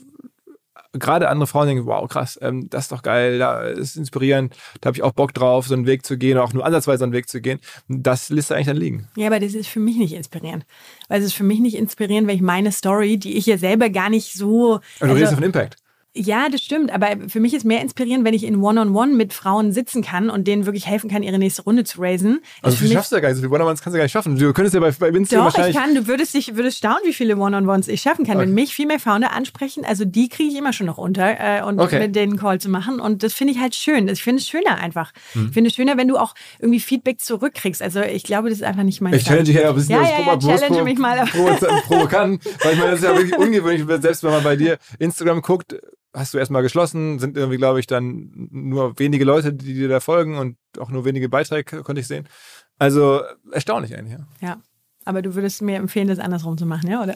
gerade andere Frauen denken, wow, krass, das ist doch geil, das ist inspirierend, da habe ich auch Bock drauf, so einen Weg zu gehen, auch nur ansatzweise einen Weg zu gehen. Das lässt eigentlich dann liegen. Ja, aber das ist für mich nicht inspirierend. Weil es ist für mich nicht inspirierend, weil ich meine Story, die ich ja selber gar nicht so... Aber du redest ja von Impact. Ja, das stimmt, aber für mich ist mehr inspirierend, wenn ich in One-on-One mit Frauen sitzen kann und denen wirklich helfen kann, ihre nächste Runde zu raisen. Also du schaffst ja gar nicht, so viele One-on-Ones kannst du gar nicht schaffen. Du könntest ja bei Instagram wahrscheinlich... Doch, ich kann, du würdest staunen, wie viele One-on-Ones ich schaffen kann. Okay. Wenn mich Female Founder ansprechen, also die kriege ich immer schon noch unter und mit denen einen Call zu machen und das finde ich halt schön. Ich finde es schöner einfach. Ich finde es schöner, wenn du auch irgendwie Feedback zurückkriegst. Also ich glaube, das ist einfach nicht mein Ich challenge dich ja ein bisschen challenge mich mal. Provokant, weil ich meine, das ist ja wirklich ungewöhnlich, selbst wenn man bei dir Instagram guckt, hast du erstmal geschlossen, sind irgendwie, glaube ich, dann nur wenige Leute, die dir da folgen und auch nur wenige Beiträge konnte ich sehen. Also erstaunlich eigentlich, ja. Ja, aber du würdest mir empfehlen, das andersrum zu machen, ja, oder?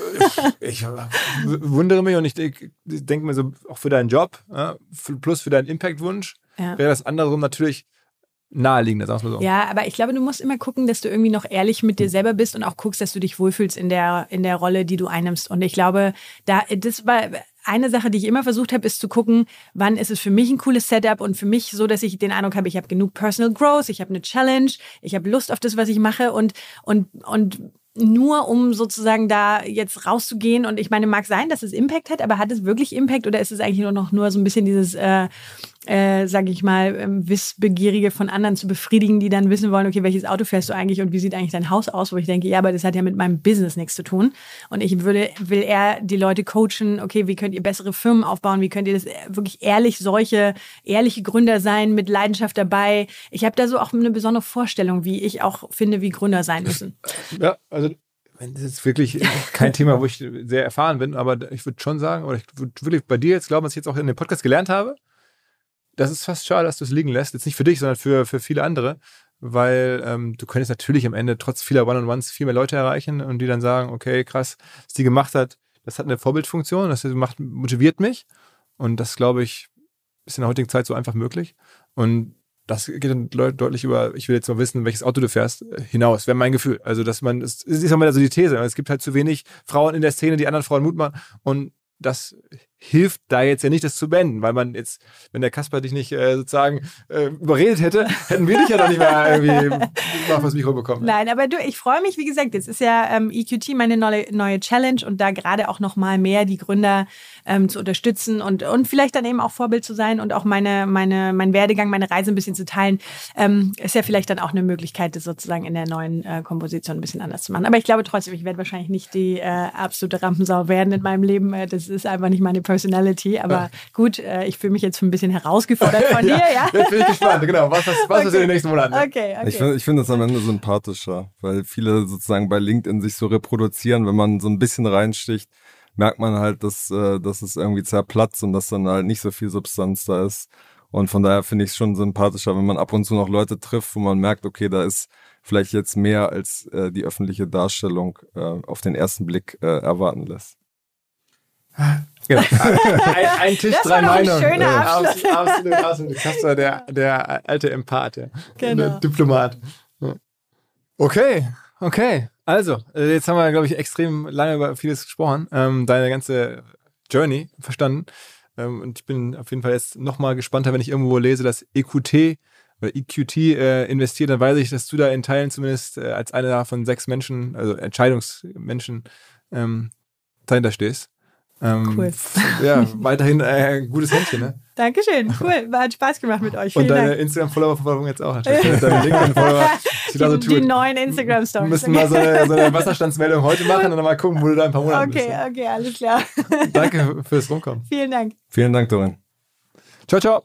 Ich wundere mich und ich denke mir so, auch für deinen Job, ja, plus für deinen Impact-Wunsch, wäre das andere natürlich naheliegender, sagen wir mal so. Ja, aber ich glaube, du musst immer gucken, dass du irgendwie noch ehrlich mit dir selber bist und auch guckst, dass du dich wohlfühlst in der Rolle, die du einnimmst. Und ich glaube, das war eine Sache, die ich immer versucht habe, ist zu gucken, wann ist es für mich ein cooles Setup und für mich so, dass ich den Eindruck habe, ich habe genug Personal Growth, ich habe eine Challenge, ich habe Lust auf das, was ich mache und nur um sozusagen da jetzt rauszugehen und ich meine, mag sein, dass es Impact hat, aber hat es wirklich Impact oder ist es eigentlich nur so ein bisschen dieses, sage ich mal, Wissbegierige von anderen zu befriedigen, die dann wissen wollen, okay, welches Auto fährst du eigentlich und wie sieht eigentlich dein Haus aus, wo ich denke, ja, aber das hat ja mit meinem Business nichts zu tun und ich will eher die Leute coachen, okay, wie könnt ihr bessere Firmen aufbauen, wie könnt ihr das wirklich ehrliche Gründer sein, mit Leidenschaft dabei. Ich habe da so auch eine besondere Vorstellung, wie ich auch finde, wie Gründer sein müssen. Ja, also das ist wirklich kein Thema, wo ich sehr erfahren bin, aber ich würde schon sagen, oder ich würde wirklich bei dir jetzt glauben, was ich jetzt auch in dem Podcast gelernt habe, das ist fast schade, dass du es liegen lässt. Jetzt nicht für dich, sondern für viele andere, weil du könntest natürlich am Ende trotz vieler One-on-Ones viel mehr Leute erreichen und die dann sagen, okay, krass, was die gemacht hat, das hat eine Vorbildfunktion, das motiviert mich und das, glaube ich, ist in der heutigen Zeit so einfach möglich und das geht dann deutlich über, ich will jetzt mal wissen, welches Auto du fährst, hinaus, wäre mein Gefühl. Also, dass es ist auch mal so die These, es gibt halt zu wenig Frauen in der Szene, die anderen Frauen Mut machen und das hilft da jetzt ja nicht, das zu beenden, weil man jetzt, wenn der Kasper dich nicht sozusagen überredet hätte, hätten wir dich ja doch nicht mehr irgendwie auf das Mikro bekommen. Nein, aber ich freue mich, wie gesagt, jetzt ist ja EQT meine neue Challenge und da gerade auch noch mal mehr die Gründer zu unterstützen und vielleicht dann eben auch Vorbild zu sein und auch mein Werdegang, meine Reise ein bisschen zu teilen, ist ja vielleicht dann auch eine Möglichkeit, das sozusagen in der neuen Komposition ein bisschen anders zu machen. Aber ich glaube trotzdem, ich werde wahrscheinlich nicht die absolute Rampensau werden in meinem Leben. Das ist einfach nicht meine Personality, aber gut, ich fühle mich jetzt ein bisschen herausgefordert von dir, ja? Jetzt bin ich gespannt, genau. Was okay. Ist in den nächsten Monaten? Okay. Ich finde das am Ende sympathischer, weil viele sozusagen bei LinkedIn sich so reproduzieren, wenn man so ein bisschen reinsticht, merkt man halt, dass es irgendwie zerplatzt und dass dann halt nicht so viel Substanz da ist. Und von daher finde ich es schon sympathischer, wenn man ab und zu noch Leute trifft, wo man merkt, okay, da ist vielleicht jetzt mehr als die öffentliche Darstellung auf den ersten Blick erwarten lässt. Genau. Ein Tisch, das 3 Meinungen. Schöner Abschluss. Absolut. Kasper, der alte Empath, genau. Der Diplomat. Okay. Also, jetzt haben wir, glaube ich, extrem lange über vieles gesprochen. Deine ganze Journey verstanden. Und ich bin auf jeden Fall jetzt nochmal gespannter, wenn ich irgendwo lese, dass EQT investiert, dann weiß ich, dass du da in Teilen zumindest als einer von 6 Menschen, also Entscheidungsmenschen, dahinter stehst. Cool. Ja, weiterhin gutes Händchen, ne? Dankeschön, cool. Hat Spaß gemacht mit euch. Und Vielen deine Dank. Instagram-Follower-Verfolgung jetzt auch. Deine LinkedIn-Follower, die neuen Instagram-Stories. Wir müssen mal so eine Wasserstandsmeldung heute machen und dann mal gucken, wo du da in ein paar Monaten bist. Okay, alles klar. Danke fürs Rumkommen. Vielen Dank. Vielen Dank, Dorin. Ciao.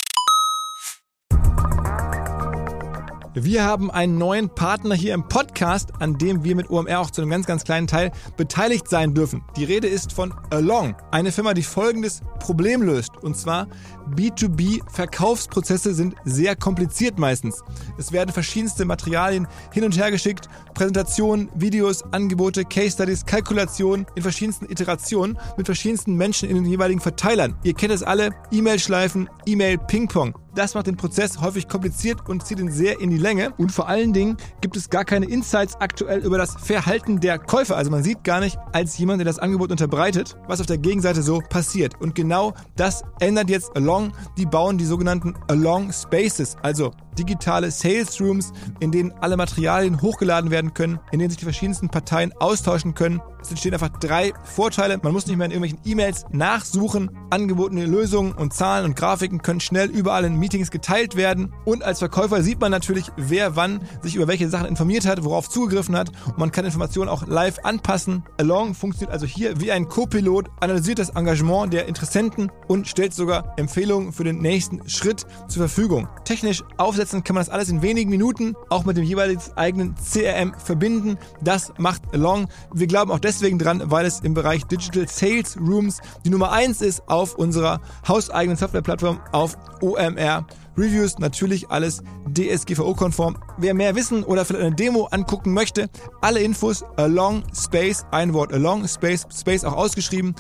Wir haben einen neuen Partner hier im Podcast, an dem wir mit OMR auch zu einem ganz, ganz kleinen Teil beteiligt sein dürfen. Die Rede ist von Along, eine Firma, die folgendes Problem löst. Und zwar B2B-Verkaufsprozesse sind sehr kompliziert meistens. Es werden verschiedenste Materialien hin und her geschickt, Präsentationen, Videos, Angebote, Case Studies, Kalkulationen in verschiedensten Iterationen mit verschiedensten Menschen in den jeweiligen Verteilern. Ihr kennt es alle, E-Mail-Schleifen, E-Mail-Ping-Pong. Das macht den Prozess häufig kompliziert und zieht ihn sehr in die Länge. Und vor allen Dingen gibt es gar keine Insights aktuell über das Verhalten der Käufer. Also man sieht gar nicht als jemand, der das Angebot unterbreitet, was auf der Gegenseite so passiert. Und genau das ändert jetzt Along. Die bauen die sogenannten Along Spaces, also digitale Sales Rooms, in denen alle Materialien hochgeladen werden können, in denen sich die verschiedensten Parteien austauschen können. Es entstehen einfach 3 Vorteile. Man muss nicht mehr in irgendwelchen E-Mails nachsuchen. Angebotene Lösungen und Zahlen und Grafiken können schnell überall in Meetings geteilt werden. Und als Verkäufer sieht man natürlich, wer wann sich über welche Sachen informiert hat, worauf zugegriffen hat. Und man kann Informationen auch live anpassen. Along funktioniert also hier wie ein Co-Pilot, analysiert das Engagement der Interessenten und stellt sogar Empfehlungen für den nächsten Schritt zur Verfügung. Technisch aufsetzen kann man das alles in wenigen Minuten, auch mit dem jeweils eigenen CRM verbinden. Das macht Along. Wir glauben auch deswegen dran, weil es im Bereich Digital Sales Rooms die Nummer 1 ist auf unserer hauseigenen Softwareplattform auf OMR. Reviews, natürlich alles DSGVO-konform. Wer mehr wissen oder vielleicht eine Demo angucken möchte, alle Infos Along Space, ein Wort Along Space, Space auch ausgeschrieben,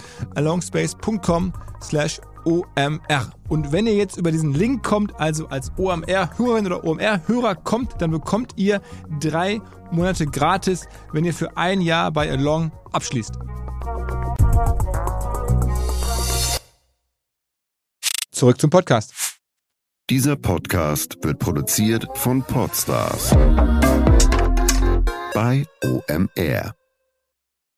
alongspace.com/OMR. Und wenn ihr jetzt über diesen Link kommt, also als OMR-Hörerin oder OMR-Hörer kommt, dann bekommt ihr 3 Monate gratis, wenn ihr für 1 Jahr bei Along abschließt. Zurück zum Podcast. Dieser Podcast wird produziert von Podstars bei OMR.